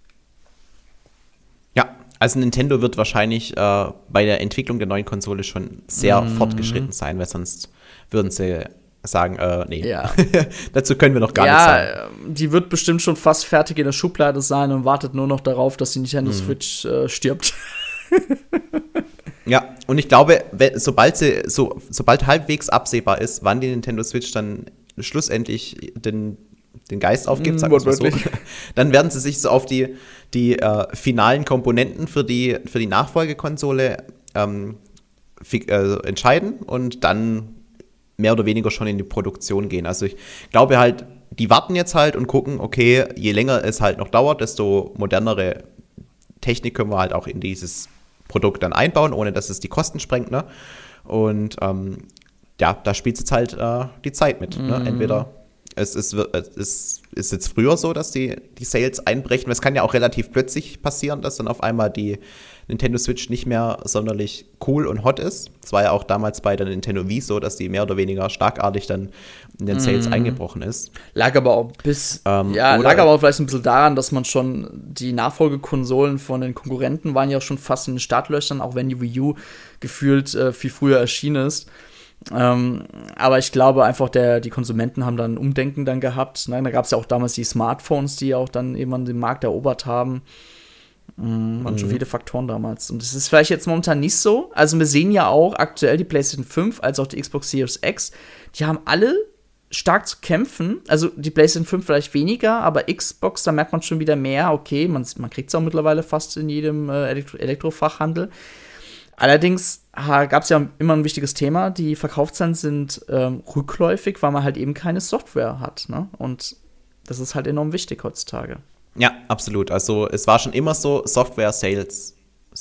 Ja, also Nintendo wird wahrscheinlich bei der Entwicklung der neuen Konsole schon sehr fortgeschritten sein, weil sonst würden sie sagen, nee, ja. Dazu können wir noch gar nichts sagen. Ja, die wird bestimmt schon fast fertig in der Schublade sein und wartet nur noch darauf, dass die Nintendo Switch stirbt. Ja, und ich glaube, sobald halbwegs absehbar ist, wann die Nintendo Switch dann schlussendlich den Geist aufgibt, sagen wir mal so, dann werden sie sich so auf die finalen Komponenten für die Nachfolgekonsole entscheiden und dann mehr oder weniger schon in die Produktion gehen. Also ich glaube halt, die warten jetzt halt und gucken, okay, je länger es halt noch dauert, desto modernere Technik können wir halt auch in dieses Produkt dann einbauen, ohne dass es die Kosten sprengt, ne? Und da spielt es jetzt halt die Zeit mit. Ne? Entweder es ist jetzt früher so, dass die Sales einbrechen. Es kann ja auch relativ plötzlich passieren, dass dann auf einmal die Nintendo Switch nicht mehr sonderlich cool und hot ist. Es war ja auch damals bei der Nintendo Wii so, dass die mehr oder weniger schlagartig dann in den Sales eingebrochen ist. Lag aber auch vielleicht ein bisschen daran, dass man schon die Nachfolgekonsolen von den Konkurrenten waren ja schon fast in den Startlöchern, auch wenn die Wii U gefühlt viel früher erschienen ist. Aber ich glaube einfach, die Konsumenten haben dann ein Umdenken dann gehabt. Ne? Da gab es ja auch damals die Smartphones, die auch dann irgendwann den Markt erobert haben. Waren schon viele Faktoren damals. Und das ist vielleicht jetzt momentan nicht so. Also wir sehen ja auch aktuell die PlayStation 5 als auch die Xbox Series X. Die haben alle stark zu kämpfen. Also die PlayStation 5 vielleicht weniger, aber Xbox, da merkt man schon wieder mehr. Okay, man kriegt es auch mittlerweile fast in jedem Elektrofachhandel. Allerdings gab es ja immer ein wichtiges Thema. Die Verkaufszahlen sind rückläufig, weil man halt eben keine Software hat. Ne? Und das ist halt enorm wichtig heutzutage. Ja, absolut. Also es war schon immer so, Software sells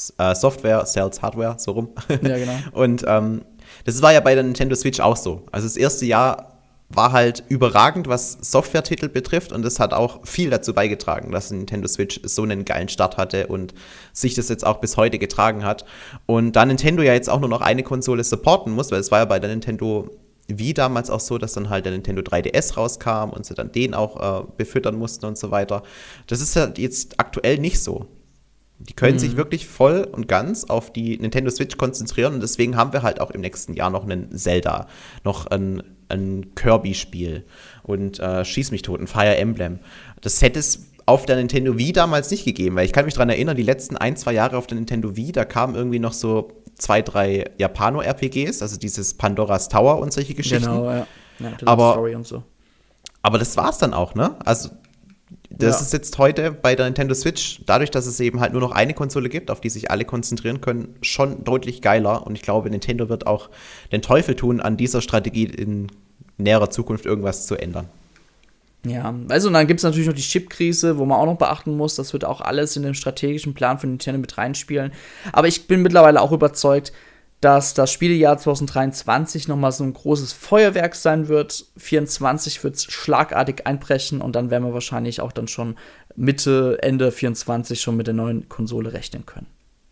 Hardware, so rum. Ja, genau. Und das war ja bei der Nintendo Switch auch so. Also das erste Jahr war halt überragend, was Software-Titel betrifft, und das hat auch viel dazu beigetragen, dass Nintendo Switch so einen geilen Start hatte und sich das jetzt auch bis heute getragen hat. Und da Nintendo ja jetzt auch nur noch eine Konsole supporten muss, weil es war ja bei der Nintendo Wii damals auch so, dass dann halt der Nintendo 3DS rauskam und sie dann den auch befüttern mussten und so weiter. Das ist ja jetzt aktuell nicht so. Die können sich wirklich voll und ganz auf die Nintendo Switch konzentrieren, und deswegen haben wir halt auch im nächsten Jahr noch einen Zelda, noch ein Kirby-Spiel und Schieß mich tot, ein Fire Emblem. Das hätte es auf der Nintendo Wii damals nicht gegeben, weil ich kann mich daran erinnern, die letzten 1-2 Jahre auf der Nintendo Wii, da kamen irgendwie noch so 2-3 Japano-RPGs, also dieses Pandoras Tower und solche Geschichten. Genau, ja. Story und so. Aber das war's dann auch, ne? Also das ist jetzt heute bei der Nintendo Switch, dadurch, dass es eben halt nur noch eine Konsole gibt, auf die sich alle konzentrieren können, schon deutlich geiler. Und ich glaube, Nintendo wird auch den Teufel tun, an dieser Strategie in näherer Zukunft irgendwas zu ändern. Ja, also und dann gibt es natürlich noch die Chip-Krise, wo man auch noch beachten muss. Das wird auch alles in den strategischen Plan von Nintendo mit reinspielen. Aber ich bin mittlerweile auch überzeugt, dass das Spielejahr 2023 nochmal so ein großes Feuerwerk sein wird. 2024 wird es schlagartig einbrechen, und dann werden wir wahrscheinlich auch dann schon Ende 2024 schon mit der neuen Konsole rechnen können.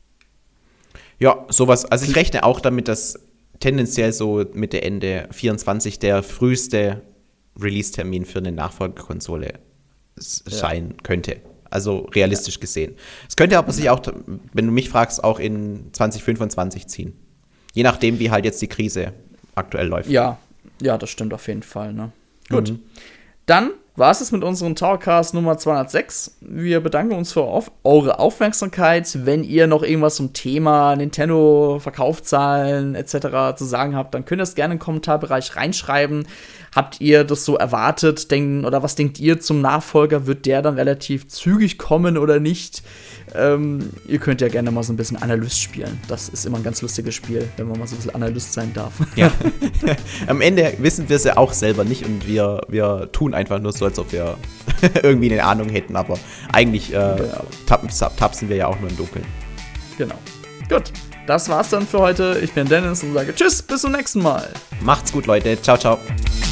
Ja, sowas. Also ich rechne auch damit, dass tendenziell so Mitte, Ende 2024 der früheste Release-Termin für eine Nachfolgekonsole sein könnte. Also realistisch gesehen. Es könnte aber sich auch, wenn du mich fragst, auch in 2025 ziehen. Je nachdem, wie halt jetzt die Krise aktuell läuft. Ja, das stimmt auf jeden Fall. Ne? Gut, dann war es mit unserem Towercast Nummer 206. Wir bedanken uns für eure Aufmerksamkeit. Wenn ihr noch irgendwas zum Thema Nintendo, Verkaufszahlen etc. zu sagen habt, dann könnt ihr es gerne im Kommentarbereich reinschreiben. Habt ihr das so erwartet? Oder was denkt ihr zum Nachfolger? Wird der dann relativ zügig kommen oder nicht? Ihr könnt ja gerne mal so ein bisschen Analyst spielen. Das ist immer ein ganz lustiges Spiel, wenn man mal so ein bisschen Analyst sein darf. Ja. Am Ende wissen wir es ja auch selber nicht, und wir tun einfach nur so, als ob wir irgendwie eine Ahnung hätten, aber eigentlich tapsen wir ja auch nur im Dunkeln. Genau. Gut, das war's dann für heute. Ich bin Dennis und sage Tschüss, bis zum nächsten Mal. Macht's gut, Leute. Ciao, ciao.